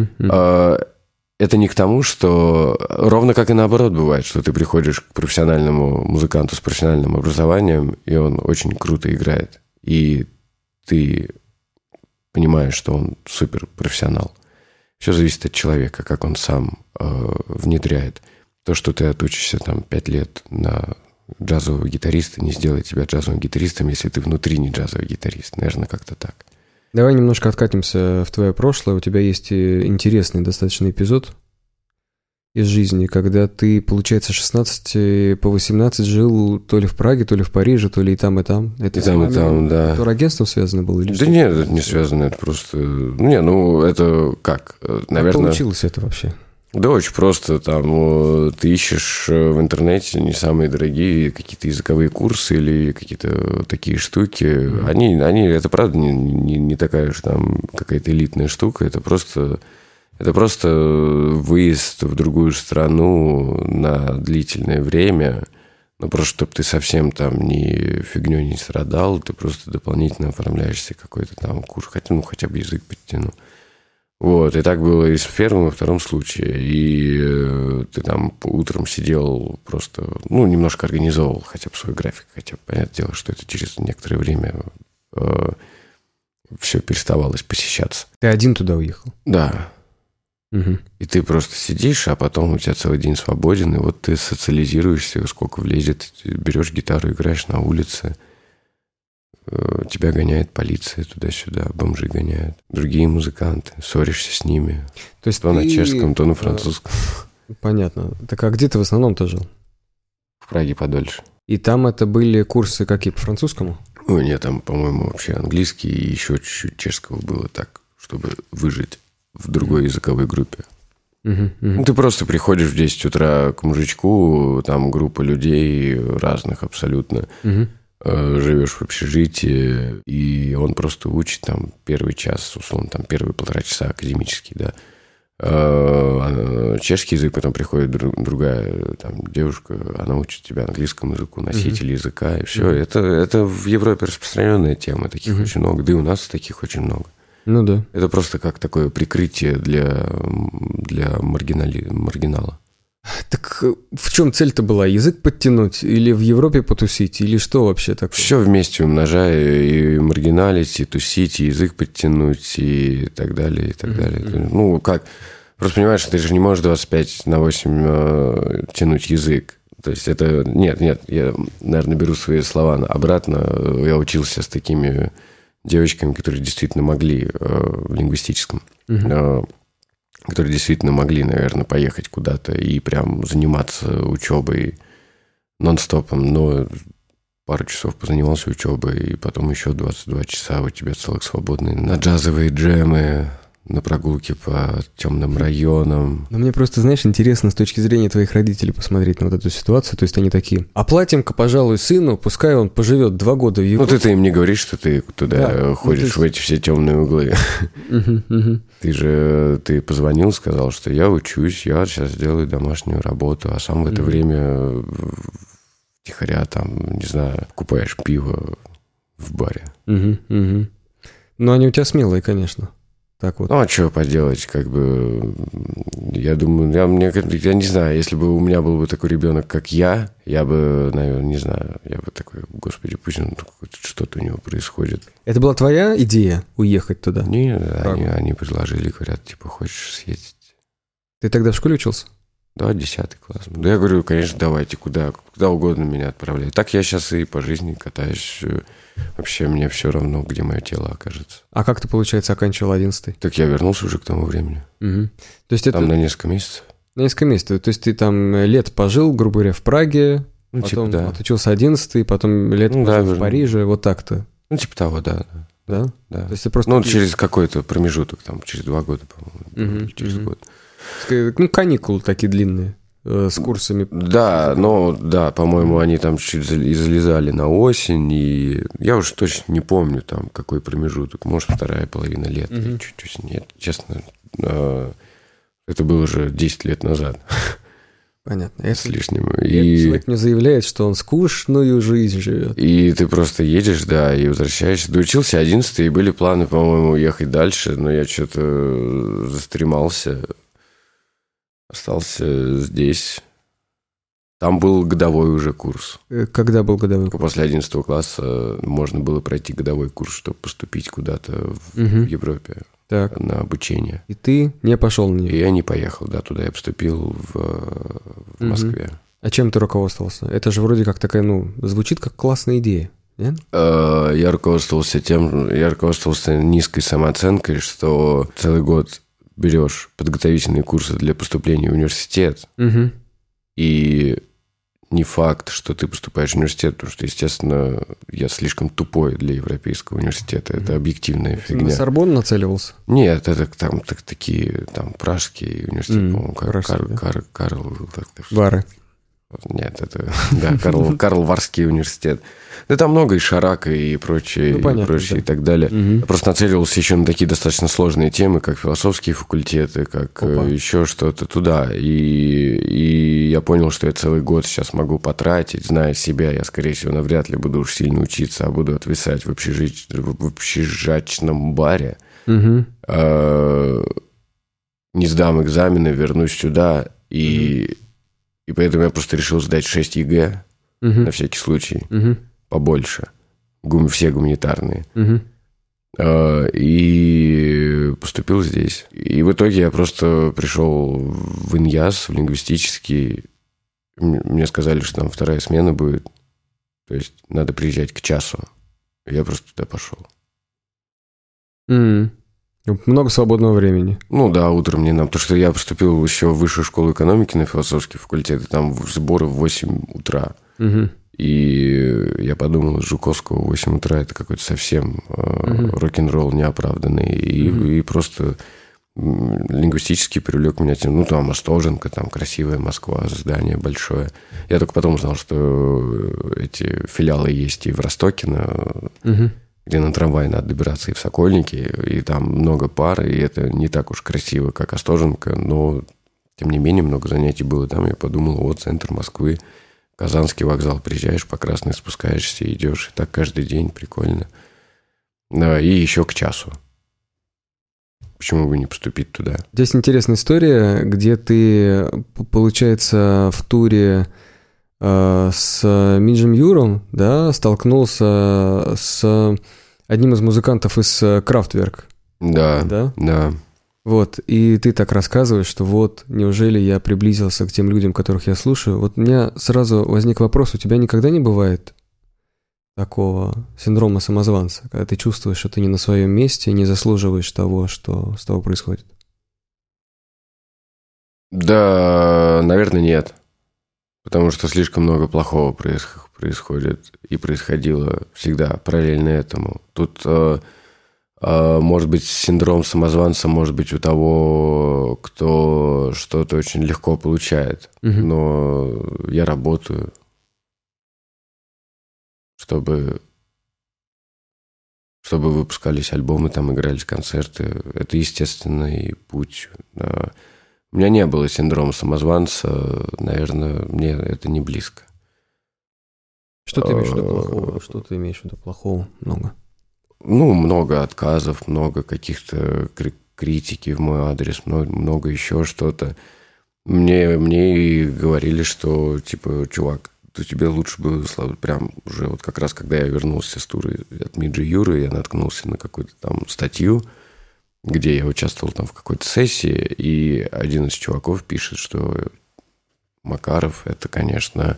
[SPEAKER 2] Это не к тому, что... Ровно как и наоборот бывает, что ты приходишь к профессиональному музыканту с профессиональным образованием, и он очень круто играет. И ты понимаешь, что он суперпрофессионал. Все зависит от человека, как он сам внедряет. То, что ты отучишься там 5 лет на джазового гитариста, не сделает тебя джазовым гитаристом, если ты внутри не джазовый гитарист. Наверное, как-то так.
[SPEAKER 1] Давай немножко откатимся в твое прошлое. У тебя есть интересный достаточно эпизод из жизни, когда ты, получается, 16 по 18 жил то ли в Праге, то ли в Париже, то ли и там, и там. Это
[SPEAKER 2] и там, да.
[SPEAKER 1] Это турагентством связано было? Или
[SPEAKER 2] да нет, это не связано, это просто... это как? Наверное...
[SPEAKER 1] Как получилось это вообще?
[SPEAKER 2] Да очень просто. Там ты ищешь в интернете не самые дорогие какие-то языковые курсы или какие-то такие штуки. Они это правда не такая уж там какая-то элитная штука. Это просто выезд в другую страну на длительное время. Ну, просто чтобы ты совсем там ни фигней не страдал, ты просто дополнительно оформляешься какой-то там курс, хотя бы язык подтяну. Вот, и так было и в первом, и во втором случае. И ты там утром сидел просто, немножко организовывал хотя бы свой график. Хотя, понятное дело, что это через некоторое время все переставалось посещаться.
[SPEAKER 1] Ты один туда уехал?
[SPEAKER 2] Да.
[SPEAKER 1] Угу.
[SPEAKER 2] И ты просто сидишь, а потом у тебя целый день свободен, и вот ты социализируешься, сколько влезет, берешь гитару, играешь на улице. Тебя гоняет полиция туда-сюда, бомжи гоняют, другие музыканты, ссоришься с ними.
[SPEAKER 1] То есть
[SPEAKER 2] то на чешском, то на французском.
[SPEAKER 1] Понятно. Так а где ты в основном-то жил?
[SPEAKER 2] В Праге подольше.
[SPEAKER 1] И там это были курсы какие, по французскому?
[SPEAKER 2] Ой, нет, там, по-моему, вообще английский и еще чуть-чуть чешского было так, чтобы выжить в другой языковой группе. Ты просто приходишь в 10 утра к мужичку, там группа людей разных абсолютно, живешь в общежитии, и он просто учит там первый час, условно, там первые 1,5 часа академический, да. Чешский язык, потом приходит другая там девушка, она учит тебя английскому языку, носитель языка, и все. Это в Европе распространенная тема, таких очень много, да и у нас таких очень много.
[SPEAKER 1] Ну да.
[SPEAKER 2] Это просто как такое прикрытие для маргинала.
[SPEAKER 1] Так в чем цель-то была? Язык подтянуть? Или в Европе потусить? Или что вообще такое?
[SPEAKER 2] Все вместе умножая, и маргиналить, и тусить, и язык подтянуть, и так далее, и так далее. Ну, как... Просто понимаешь, ты же не можешь 25/8 тянуть язык. То есть это... Нет, я, наверное, беру свои слова обратно. Я учился с такими девочками, которые действительно могли в лингвистическом... которые действительно могли, наверное, поехать куда-то и прям заниматься учебой нон-стопом, но пару часов позанимался учебой, и потом еще 22 часа у тебя целых свободные на джазовые джемы, на прогулке по темным районам.
[SPEAKER 1] Но мне просто, знаешь, интересно с точки зрения твоих родителей посмотреть на вот эту ситуацию. То есть они такие: оплатим-ка, пожалуй, сыну, пускай он поживет 2 года в Европе.
[SPEAKER 2] Ну, ты им не говоришь, что ты туда ходишь в эти все темные углы. Ты позвонил, сказал, что я учусь, я сейчас делаю домашнюю работу, а сам в это время втихаря там, не знаю, покупаешь пиво в баре.
[SPEAKER 1] Но они у тебя смелые, конечно. Так вот.
[SPEAKER 2] Ну, а что поделать, как бы, я думаю, я не знаю, если бы у меня был бы такой ребенок, как я бы, наверное, не знаю, я бы такой: господи, пусть что-то у него происходит.
[SPEAKER 1] Это была твоя идея уехать туда?
[SPEAKER 2] Нет, они предложили, говорят, типа, хочешь съездить?
[SPEAKER 1] Ты тогда в школе учился?
[SPEAKER 2] Да, 10 класс. Да, я говорю, конечно, давайте, куда угодно меня отправляют. Так я сейчас и по жизни катаюсь. Вообще мне все равно, где мое тело окажется.
[SPEAKER 1] А как ты, получается, оканчивал 11-й?
[SPEAKER 2] Так я вернулся уже к тому времени.
[SPEAKER 1] То есть это...
[SPEAKER 2] Там на несколько месяцев.
[SPEAKER 1] На несколько месяцев. То есть ты там лет пожил, грубо говоря, в Праге,
[SPEAKER 2] ну,
[SPEAKER 1] потом
[SPEAKER 2] типа, да.
[SPEAKER 1] Отучился 11-й, потом лет пожил в Париже, вот так-то.
[SPEAKER 2] Ну, типа того, да.
[SPEAKER 1] Да?
[SPEAKER 2] Да.
[SPEAKER 1] То есть ты просто...
[SPEAKER 2] Ну, через какой-то промежуток, там, через 2 года, по-моему, через год.
[SPEAKER 1] Ну, каникулы такие длинные. С курсами.
[SPEAKER 2] Да, по-моему, они там чуть и залезали на осень, и я уже точно не помню, там, какой промежуток, может, 2 половина лета, чуть-чуть, нет, честно, это было уже 10 лет назад.
[SPEAKER 1] Понятно.
[SPEAKER 2] С лишним.
[SPEAKER 1] И человек мне заявляет, что он скучную жизнь живет.
[SPEAKER 2] И ты просто едешь, да, и возвращаешься. Доучился 11-й, и были планы, по-моему, ехать дальше, но я что-то застремался. Остался здесь. Там был годовой уже курс.
[SPEAKER 1] Когда был годовой курс?
[SPEAKER 2] После 11 класса можно было пройти годовой курс, чтобы поступить куда-то в Европе на обучение.
[SPEAKER 1] И ты не пошел на него?
[SPEAKER 2] И я не поехал, да, туда я поступил в Москве.
[SPEAKER 1] А чем ты руководствовался? Это же вроде как такая, звучит как классная идея. Нет?
[SPEAKER 2] Я руководствовался низкой самооценкой, что целый год берешь подготовительные курсы для поступления в университет, и не факт, что ты поступаешь в университет, потому что, естественно, я слишком тупой для европейского университета. Это объективная фигня.
[SPEAKER 1] На Сорбонну нацеливался?
[SPEAKER 2] Нет, это там такие, там, пражский университет, по-моему, Карл...
[SPEAKER 1] Вары.
[SPEAKER 2] Нет, это, да, Карл Варский университет. Да там много и Шарака, и прочее, и так далее. Я просто нацеливался еще на такие достаточно сложные темы, как философские факультеты, как еще что-то туда. И я понял, что я целый год сейчас могу потратить, зная себя, я, скорее всего, навряд ли буду уж сильно учиться, а буду отвисать в общежачном баре. Не сдам экзамены, вернусь сюда, и поэтому я просто решил сдать 6 ЕГЭ на всякий случай. Побольше. Все гуманитарные. И поступил здесь. И в итоге я просто пришел в ИНЯС, в лингвистический. Мне сказали, что там 2-я смена будет. То есть надо приезжать к часу. Я просто туда пошел.
[SPEAKER 1] Много свободного времени.
[SPEAKER 2] Ну да, утром не нам. Потому что я поступил еще в высшую школу экономики на философский факультет, и там сборы в 8 утра. И я подумал, Жуковского в 8 утра это какой-то совсем рок-н-ролл неоправданный. И просто лингвистически привлек меня тем. Ну, там Остоженко, там красивая Москва, здание большое. Я только потом узнал, что эти филиалы есть и в Ростокино, где на трамвае надо добираться, и в Сокольнике, и там много пар, и это не так уж красиво, как Остоженко, но, тем не менее, много занятий было там. Я подумал, вот центр Москвы, Казанский вокзал, приезжаешь по Красной, спускаешься, идешь, и так каждый день, прикольно. Да, и еще к часу. Почему бы не поступить туда?
[SPEAKER 1] Здесь интересная история, где ты, получается, в туре с Минджем Юром, да, столкнулся с одним из музыкантов из Kraftwerk.
[SPEAKER 2] Да.
[SPEAKER 1] Вот, и ты так рассказываешь, что вот, неужели я приблизился к тем людям, которых я слушаю. Вот у меня сразу возник вопрос, у тебя никогда не бывает такого синдрома самозванца, когда ты чувствуешь, что ты не на своем месте, не заслуживаешь того, что с тобой происходит?
[SPEAKER 2] Да, наверное, нет. Потому что слишком много плохого происходит и происходило всегда параллельно этому. Тут Может быть, синдром самозванца может быть у того, кто что-то очень легко получает. Но я работаю, чтобы выпускались альбомы, там игрались концерты. Это естественный путь. У меня не было синдрома самозванца. Наверное, мне это не близко.
[SPEAKER 1] Что ты имеешь в виду плохого? Что ты имеешь в виду плохого? Много.
[SPEAKER 2] Много отказов, много каких-то критики в мой адрес, много еще что-то. Мне и говорили, что, типа, чувак, то тебе лучше бы, прям уже вот как раз, когда я вернулся с туры от Миджи Юры, я наткнулся на какую-то там статью, где я участвовал там в какой-то сессии, и один из чуваков пишет, что Макаров – это, конечно,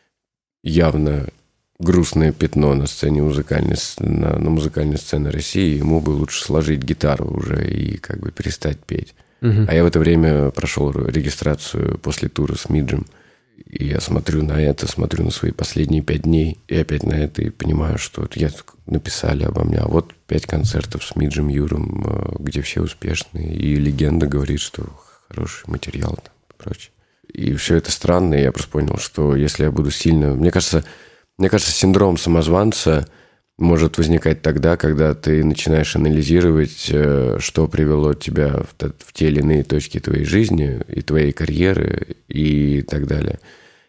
[SPEAKER 2] явно грустное пятно на сцене на музыкальной сцене России, ему бы лучше сложить гитару уже и как бы перестать петь. А я в это время прошел регистрацию после тура с Миджем, и я смотрю на свои последние 5 дней, и опять на это, и понимаю, что написали обо мне, а вот 5 концертов с Миджем Юром, где все успешные, и легенда говорит, что хороший материал там, и прочее. И все это странно, и я просто понял, что если я буду сильно... Мне кажется, синдром самозванца может возникать тогда, когда ты начинаешь анализировать, что привело тебя в те или иные точки твоей жизни и твоей карьеры и так далее.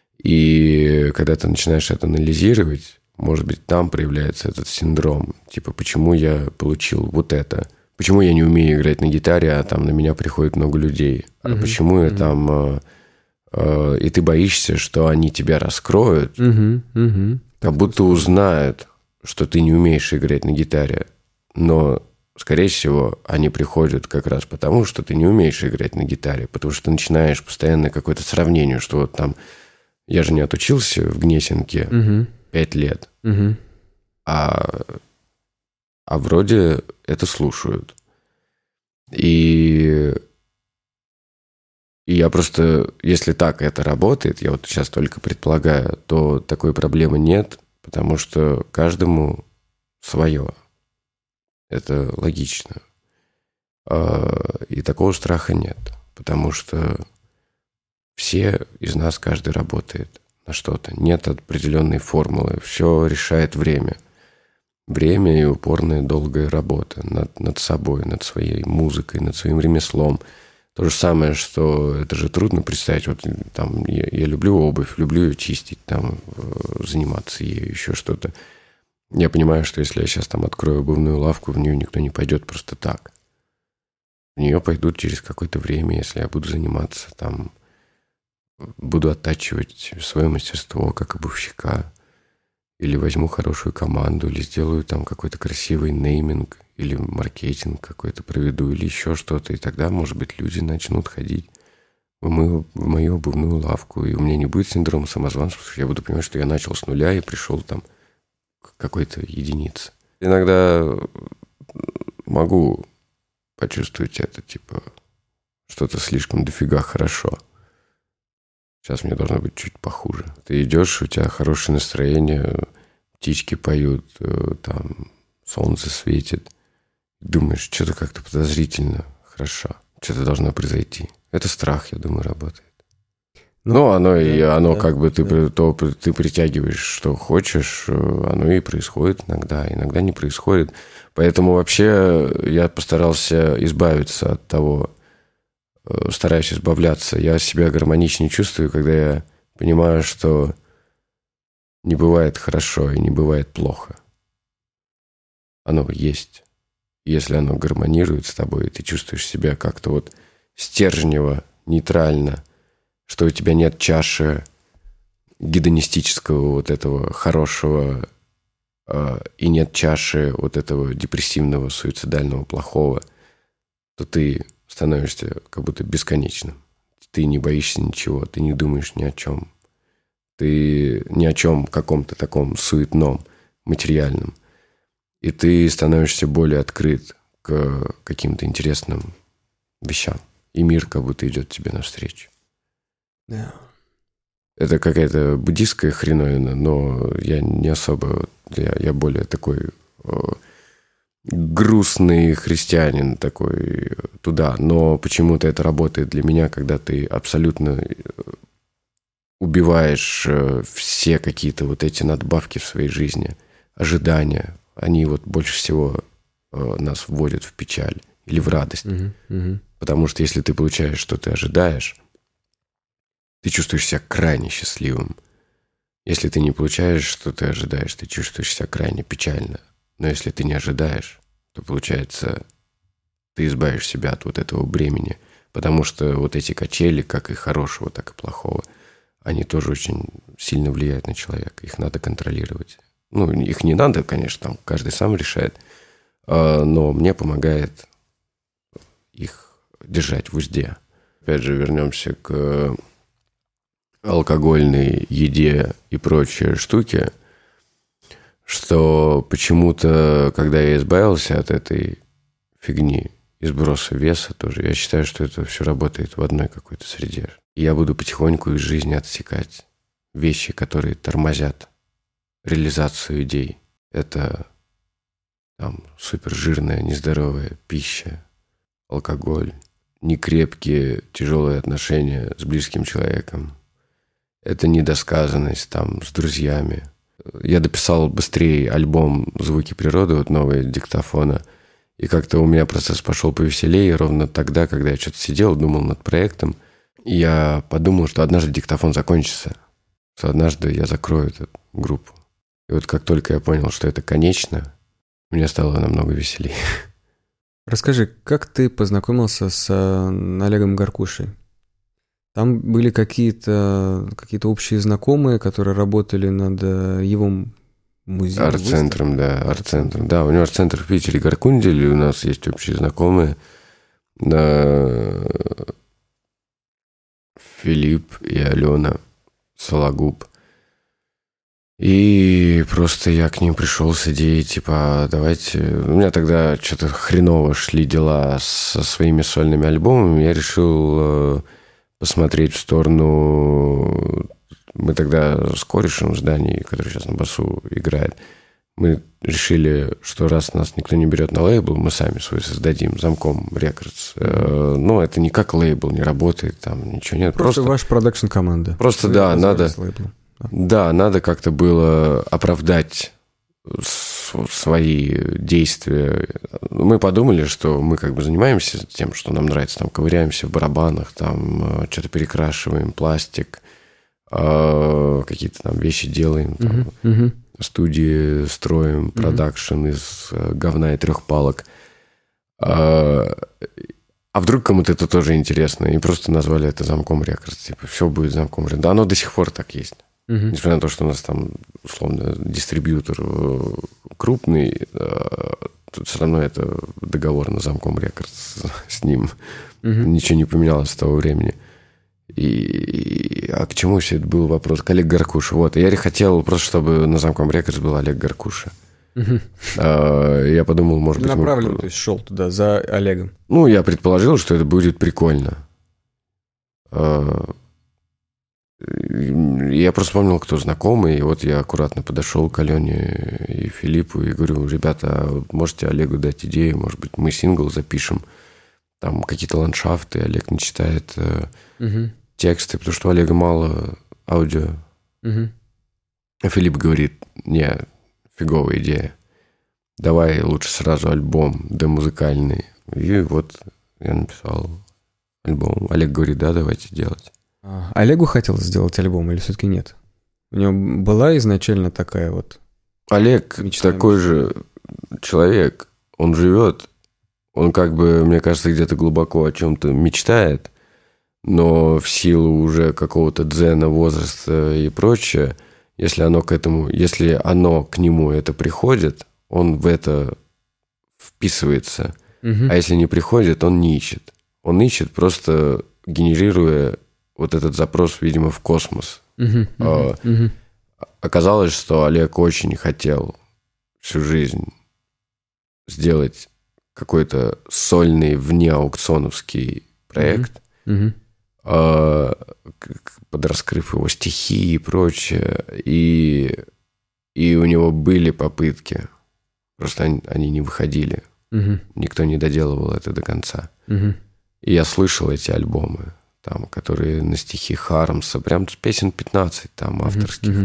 [SPEAKER 2] И когда ты начинаешь это анализировать, может быть, там проявляется этот синдром. Типа, почему я получил вот это? Почему я не умею играть на гитаре, а там на меня приходит много людей? А почему я там... И ты боишься, что они тебя раскроют, как будто узнают, что ты не умеешь играть на гитаре. Но, скорее всего, они приходят как раз потому, что ты не умеешь играть на гитаре. Потому что ты начинаешь постоянно какое-то сравнение, что вот там... Я же не отучился в Гнесинке 5 лет. А вроде это слушают. И я просто... Если так это работает, я вот сейчас только предполагаю, то такой проблемы нет, потому что каждому свое. Это логично. И такого страха нет, потому что все из нас, каждый работает на что-то. Нет определенной формулы. Все решает время. Время и упорная долгая работа над собой, над своей музыкой, над своим ремеслом. То же самое, что это же трудно представить. Вот там я люблю обувь, люблю ее чистить, там, заниматься ею, еще что-то. Я понимаю, что если я сейчас там открою обувную лавку, в нее никто не пойдет просто так. В нее пойдут через какое-то время, если я буду заниматься там, буду оттачивать свое мастерство как обувщика, или возьму хорошую команду, или сделаю там какой-то красивый нейминг, или маркетинг какой-то проведу, или еще что-то. И тогда, может быть, люди начнут ходить в мою обувную лавку, и у меня не будет синдрома самозванца, потому что я буду понимать, что я начал с нуля и пришел там к какой-то единице. Иногда могу почувствовать это, типа, что-то слишком дофига хорошо. Сейчас мне должно быть чуть похуже. Ты идешь, у тебя хорошее настроение, птички поют, там солнце светит. Думаешь, что-то как-то подозрительно хорошо. Что-то должно произойти. Это страх, я думаю, работает. Оно как бы ты притягиваешь, что хочешь, оно и происходит иногда не происходит. Поэтому вообще я постарался избавиться от того, стараюсь избавляться. Я себя гармоничнее чувствую, когда я понимаю, что не бывает хорошо и не бывает плохо. Оно есть. Если оно гармонирует с тобой, и ты чувствуешь себя как-то вот стержнево, нейтрально, что у тебя нет чаши гедонистического вот этого хорошего и нет чаши вот этого депрессивного, суицидального, плохого, то ты становишься как будто бесконечным. Ты не боишься ничего, ты не думаешь ни о чем. Ты ни о чем каком-то таком суетном, материальном. И ты становишься более открыт к каким-то интересным вещам. И мир как будто идет тебе навстречу.
[SPEAKER 1] Yeah.
[SPEAKER 2] Это какая-то буддистская хреновина, но я не особо... Я более такой грустный христианин такой туда, но почему-то это работает для меня, когда ты абсолютно убиваешь все какие-то вот эти надбавки в своей жизни, ожидания. Они вот больше всего нас вводят в печаль или в радость. Потому что если ты получаешь, что ты ожидаешь, ты чувствуешь себя крайне счастливым. Если ты не получаешь, что ты ожидаешь, ты чувствуешь себя крайне печально. Но если ты не ожидаешь, то, получается, ты избавишь себя от вот этого бремени. Потому что вот эти качели, как и хорошего, так и плохого, они тоже очень сильно влияют на человека. Их надо контролировать. Ну, их не надо, конечно, там каждый сам решает. Но мне помогает их держать в узде. Опять же, вернемся к алкогольной еде и прочие штуки, что почему-то, когда я избавился от этой фигни и сброса веса тоже, я считаю, что это все работает в одной какой-то среде. И я буду потихоньку из жизни отсекать вещи, которые тормозят реализацию идей. Это там супержирная, нездоровая пища, алкоголь, некрепкие, тяжелые отношения с близким человеком. Это недосказанность там с друзьями. Я дописал быстрее альбом «Звуки природы», вот новый диктофона, и как-то у меня процесс пошел повеселее ровно тогда, когда я что-то сидел, думал над проектом, и я подумал, что однажды диктофон закончится, что однажды я закрою эту группу. И вот как только я понял, что это конечно, мне стало намного веселее.
[SPEAKER 1] Расскажи, как ты познакомился с Олегом Гаркушей? Там были какие-то общие знакомые, которые работали над его музеем?
[SPEAKER 2] Арт-центром, да, арт-центром. Да, у него арт-центр в Питере Гаркундель, и у нас есть общие знакомые. Филипп и Алена Сологуб. И просто я к ним пришел с идеей, типа, давайте... У меня тогда что-то хреново шли дела со своими сольными альбомами. Я решил посмотреть в сторону... Мы тогда с корешем в здании, который сейчас на басу играет, мы решили, что раз нас никто не берет на лейбл, мы сами свой создадим, Замком Рекордс. Но это никак лейбл не работает, там ничего нет.
[SPEAKER 1] Просто ваша продакшн-команда.
[SPEAKER 2] Просто, да, надо... Да, надо как-то было оправдать свои действия. Мы подумали, что мы как бы занимаемся тем, что нам нравится, там ковыряемся в барабанах, там что-то перекрашиваем, пластик, какие-то там вещи делаем, там, студии строим, продакшн из говна и 3 палок. А вдруг кому-то это тоже интересно? И просто назвали это Замком Рекордс. Типа, все будет Замком Рекордс. Да, оно до сих пор так есть. Несмотря на то, что у нас там, условно, дистрибьютор крупный, тут все равно это договор на Замком Рекордс с ним. Ничего не поменялось с того времени. А к чему все это был вопрос? К Олегу Гаркуше. Вот. Я хотел просто, чтобы на Замком Рекордс был Олег Гаркуша. Я подумал, может быть...
[SPEAKER 1] Направлен, то есть шел туда за Олегом.
[SPEAKER 2] Ну, я предположил, что это будет прикольно. Я просто вспомнил, кто знакомый, и вот я аккуратно подошел к Алене и Филиппу и говорю: ребята, можете Олегу дать идею, может быть, мы сингл запишем, там какие-то ландшафты, Олег не читает тексты, потому что у Олега мало аудио. А Филипп говорит: не, фиговая идея, давай лучше сразу альбом, да музыкальный. И вот я написал альбом. Олег говорит: да, давайте делать.
[SPEAKER 1] Олегу хотелось сделать альбом или все-таки нет? У него была изначально такая вот...
[SPEAKER 2] Олег такой же человек. Он живет, он как бы, мне кажется, где-то глубоко о чем-то мечтает, но в силу уже какого-то дзена, возраста и прочее, если оно к нему это приходит, он в это вписывается. А если не приходит, он не ищет. Он ищет, просто генерируя вот этот запрос, видимо, в космос. Оказалось, что Олег очень хотел всю жизнь сделать какой-то сольный внеаукционовский проект, подраскрыв его стихи и прочее. И у него были попытки Просто они не выходили.
[SPEAKER 1] Угу.
[SPEAKER 2] Никто не доделывал это до конца.
[SPEAKER 1] Угу.
[SPEAKER 2] И я слышал эти альбомы, там, которые на стихи Хармса, прям песен 15 там авторских.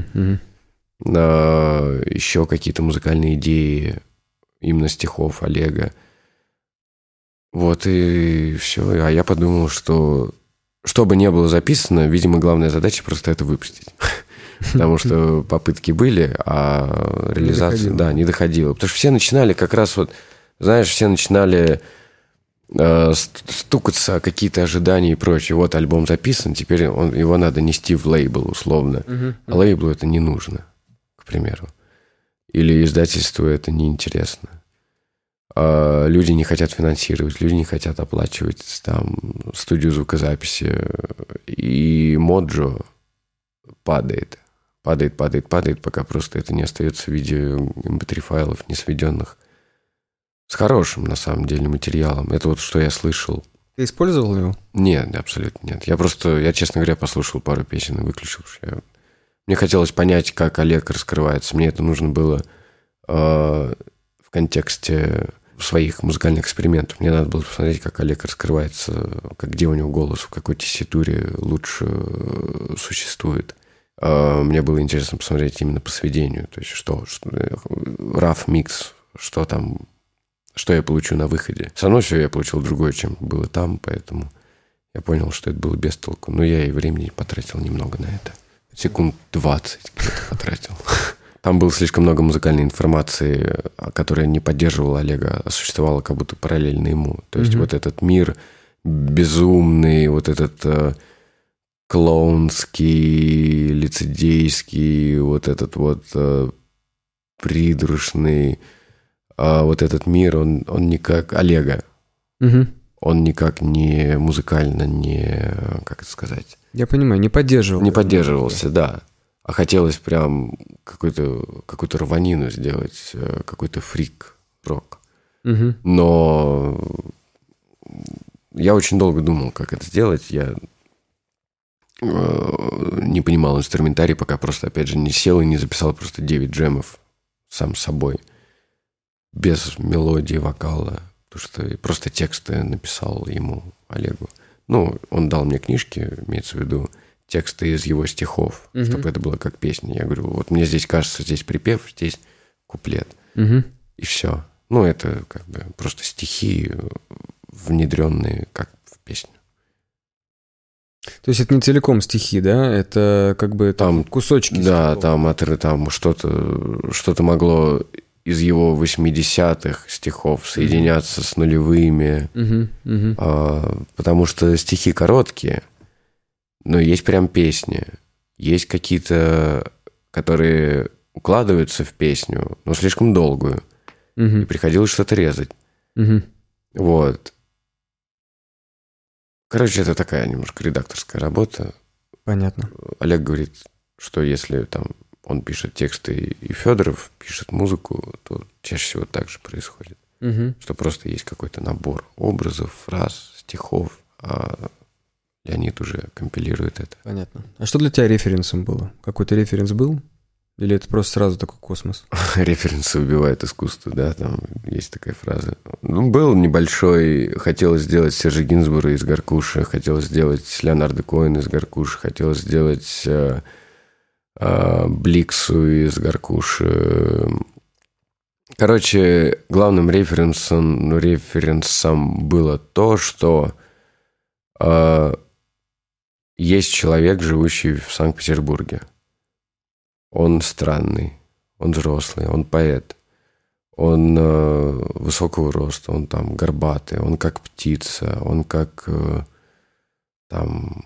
[SPEAKER 2] Еще какие-то музыкальные идеи именно стихов Олега. Вот и все. А я подумал, что бы ни было записано, видимо, главная задача просто это выпустить. Потому что попытки были, а реализация, не доходила. Потому что все начинали как раз вот, знаешь, все начинали стукаться о какие-то ожидания и прочее. Вот альбом записан, теперь его надо нести в лейбл условно. А лейблу это не нужно, к примеру. Или издательству это неинтересно. Люди не хотят финансировать, люди не хотят оплачивать там студию звукозаписи. И Моджо падает, пока просто это не остается в виде MP3 файлов, не сведенных с хорошим, на самом деле, материалом. Это вот что я слышал.
[SPEAKER 1] Ты использовал его?
[SPEAKER 2] Нет, абсолютно нет. Я, честно говоря, послушал пару песен и выключил. Мне хотелось понять, как Олег раскрывается. Мне это нужно было в контексте своих музыкальных экспериментов. Мне надо было посмотреть, как Олег раскрывается, где у него голос, в какой тесситуре лучше существует. Мне было интересно посмотреть именно по сведению. То есть, что rough mix, что я получу на выходе. Все равно все я получил другое, чем было там, поэтому я понял, что это было без толку. Но я и времени потратил немного на это. Секунд 20 где-то потратил. Там было слишком много музыкальной информации, которая не поддерживала Олега, а существовала как будто параллельно ему. То есть вот этот мир безумный, вот этот клоунский, лицедейский, вот этот вот придурочный, вот этот мир, он никак... Олега. Он никак не музыкально, не... Как это сказать?
[SPEAKER 1] Я понимаю, не поддерживал.
[SPEAKER 2] Не поддерживался, да. А хотелось прям какую-то рванину сделать, какой-то фрик-рок. Но я очень долго думал, как это сделать. Я не понимал инструментарий, пока просто, опять же, не сел и не записал просто 9 джемов сам с собой. Без мелодии, вокала. Потому что просто тексты написал ему, Олегу. Ну, он дал мне книжки, имеется в виду, тексты из его стихов, чтобы это было как песня. Я говорю, вот мне здесь кажется, здесь припев, здесь куплет. И все. Ну, это как бы просто стихи, внедренные как в песню.
[SPEAKER 1] То есть это не целиком стихи, да? Это как бы там кусочки.
[SPEAKER 2] Да, там что-то могло из его 80-х стихов соединяться с нулевыми. Потому что стихи короткие, но есть прям песни. Есть какие-то, которые укладываются в песню, но слишком долгую. И приходилось что-то резать. Вот. Короче, это такая немножко редакторская работа.
[SPEAKER 1] Понятно.
[SPEAKER 2] Олег говорит, что если там он пишет тексты и Федоров пишет музыку, то чаще всего так же происходит. Что просто есть какой-то набор образов, фраз, стихов, а Леонид уже компилирует это.
[SPEAKER 1] Понятно. А что для тебя референсом было? Какой-то референс был? Или это просто сразу такой космос?
[SPEAKER 2] Референсы убивают искусство, да, там есть такая фраза. Ну, был небольшой, хотелось сделать Сержа Гинзбура из Гаркуша, хотелось сделать Леонарда Коэна из Гаркуша, хотелось сделать Бликсу из Гаркуша. Короче, главным референсом было то, что есть человек, живущий в Санкт-Петербурге. Он странный, он взрослый, он поэт, он высокого роста, он там горбатый, он как птица, он как там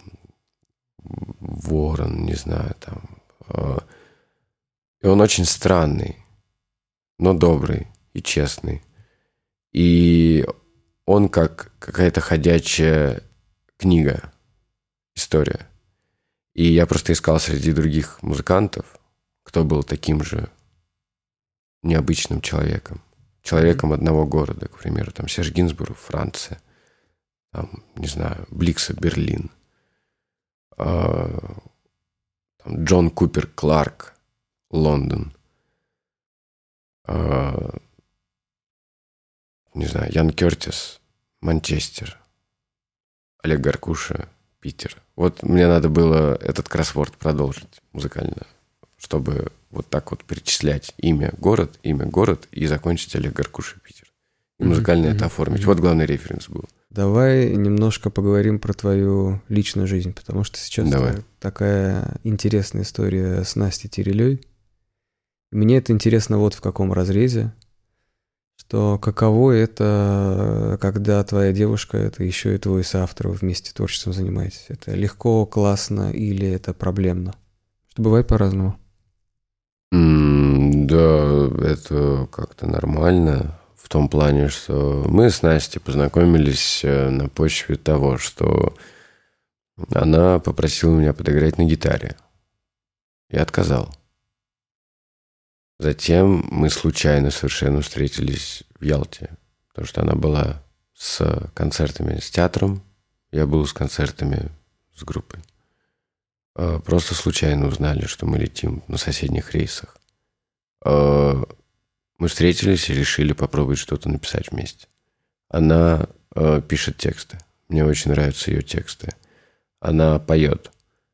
[SPEAKER 2] ворон, не знаю, там. И он очень странный, но добрый и честный. И он как какая-то ходячая книга, история. И я просто искал среди других музыкантов, кто был таким же необычным человеком. Человеком одного города, к примеру, там Серж Гинзбур, Франция, там, не знаю, Бликса, Берлин, там, Джон Купер Кларк, Лондон. не знаю, Ян Кертис, Манчестер, Олег Гаркуша, Питер. Вот мне надо было этот кроссворд продолжить музыкально, чтобы вот так вот перечислять имя, город, и закончить Олег Гаркуша, Питер. И музыкально это оформить. Вот главный референс был.
[SPEAKER 1] Давай немножко поговорим про твою личную жизнь, потому что сейчас такая интересная история с Настей Терелей. Мне это интересно вот в каком разрезе, что каково это, когда твоя девушка, это еще и твой соавтор, вы вместе творчеством занимаетесь. Это легко, классно или это проблемно? Что бывает по-разному.
[SPEAKER 2] Да, это как-то нормально. В том плане, что мы с Настей познакомились на почве того, что она попросила меня подыграть на гитаре. Я отказал. Затем мы случайно совершенно встретились в Ялте, потому что она была с концертами с театром, я был с концертами с группой. Просто случайно узнали, что мы летим на соседних рейсах. Мы встретились и решили попробовать что-то написать вместе. Она пишет тексты. Мне очень нравятся ее тексты. Она поет.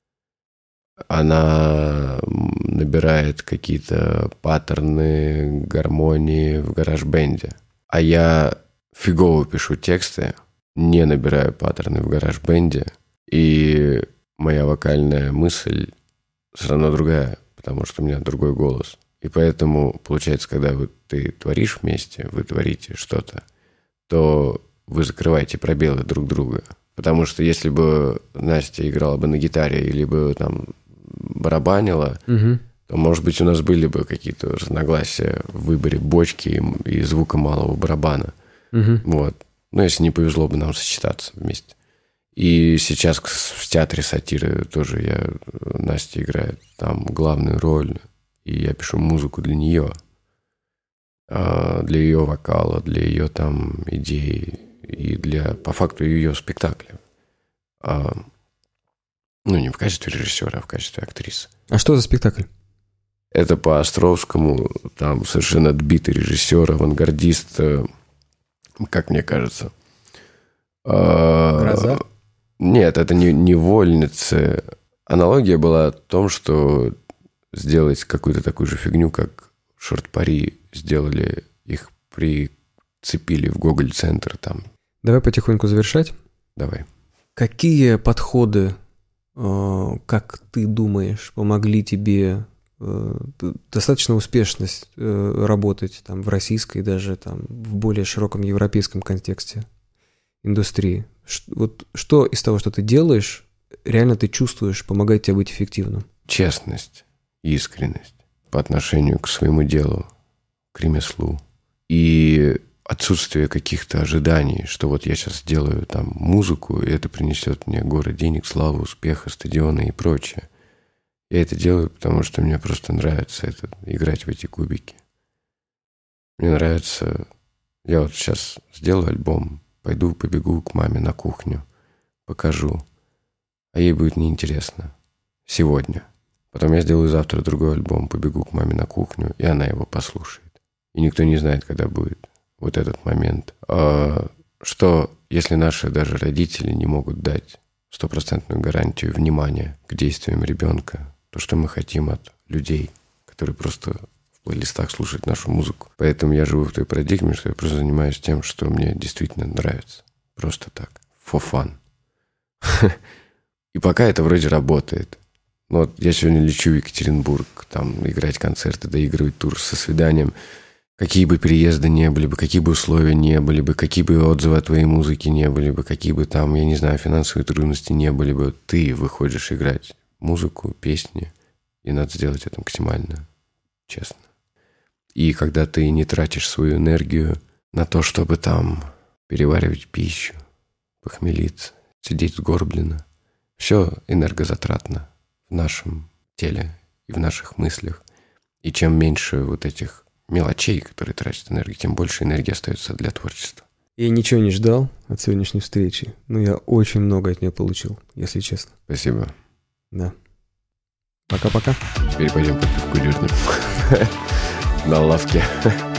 [SPEAKER 2] Она набирает какие-то паттерны, гармонии в гараж-бенде. А я фигово пишу тексты, не набираю паттерны в гараж-бенде. И моя вокальная мысль все равно другая, потому что у меня другой голос. И поэтому, получается, когда ты творишь вместе, вы творите что-то, то вы закрываете пробелы друг друга. Потому что если бы Настя играла бы на гитаре или бы там барабанила, то, может быть, у нас были бы какие-то разногласия в выборе бочки и звука малого барабана. Вот. Ну, если не повезло бы нам сочетаться вместе. И сейчас в театре сатиры тоже Настя играет там главную роль. И я пишу музыку для нее, для ее вокала, для ее там идей и по факту ее спектакля. Не в качестве режиссера, а в качестве актрисы.
[SPEAKER 1] А что за спектакль?
[SPEAKER 2] Это по Островскому, там совершенно отбитый режиссер, авангардист, как мне кажется.
[SPEAKER 1] «Гроза»?
[SPEAKER 2] Нет, это не «Вольницы». Аналогия была в том, что сделать какую-то такую же фигню, как «Шорт-пари» сделали, их прицепили в Гоголь-центр там.
[SPEAKER 1] Давай потихоньку завершать.
[SPEAKER 2] Давай.
[SPEAKER 1] Какие подходы, как ты думаешь, помогли тебе достаточно успешно работать там, в российской, даже там, в более широком европейском контексте индустрии? Вот что из того, что ты делаешь, реально ты чувствуешь, помогает тебе быть эффективным?
[SPEAKER 2] Честность, искренность по отношению к своему делу, к ремеслу. И отсутствие каких-то ожиданий, что вот я сейчас сделаю там музыку, и это принесет мне горы денег, славу, успеха, стадионы и прочее. Я это делаю, потому что мне просто нравится играть в эти кубики. Мне нравится... Я вот сейчас сделаю альбом, побегу к маме на кухню, покажу. А ей будет неинтересно. Сегодня. Потом я сделаю завтра другой альбом, побегу к маме на кухню, и она его послушает. И никто не знает, когда будет вот этот момент. Что, если наши даже родители не могут дать 100% гарантию внимания к действиям ребенка, то что мы хотим от людей, которые просто в плейлистах слушают нашу музыку. Поэтому я живу в той парадигме, что я просто занимаюсь тем, что мне действительно нравится. Просто так. For fun. И пока это вроде работает. Но вот я сегодня лечу в Екатеринбург, там играть концерты, доигрывать тур со свиданием. Какие бы переезды не были бы, какие бы условия не были бы, какие бы отзывы о твоей музыке не были бы, какие бы там, я не знаю, финансовые трудности не были бы, ты выходишь играть музыку, песни, и надо сделать это максимально честно. И когда ты не тратишь свою энергию на то, чтобы там переваривать пищу, похмелиться, сидеть сгорбленно, все энергозатратно в нашем теле и в наших мыслях. И чем меньше вот этих мелочей, которые тратят энергию, тем больше энергии остается для творчества.
[SPEAKER 1] Я ничего не ждал от сегодняшней встречи, но я очень много от нее получил, если честно.
[SPEAKER 2] Спасибо.
[SPEAKER 1] Да. Пока-пока.
[SPEAKER 2] Теперь пойдем по пивку дернем на лавке.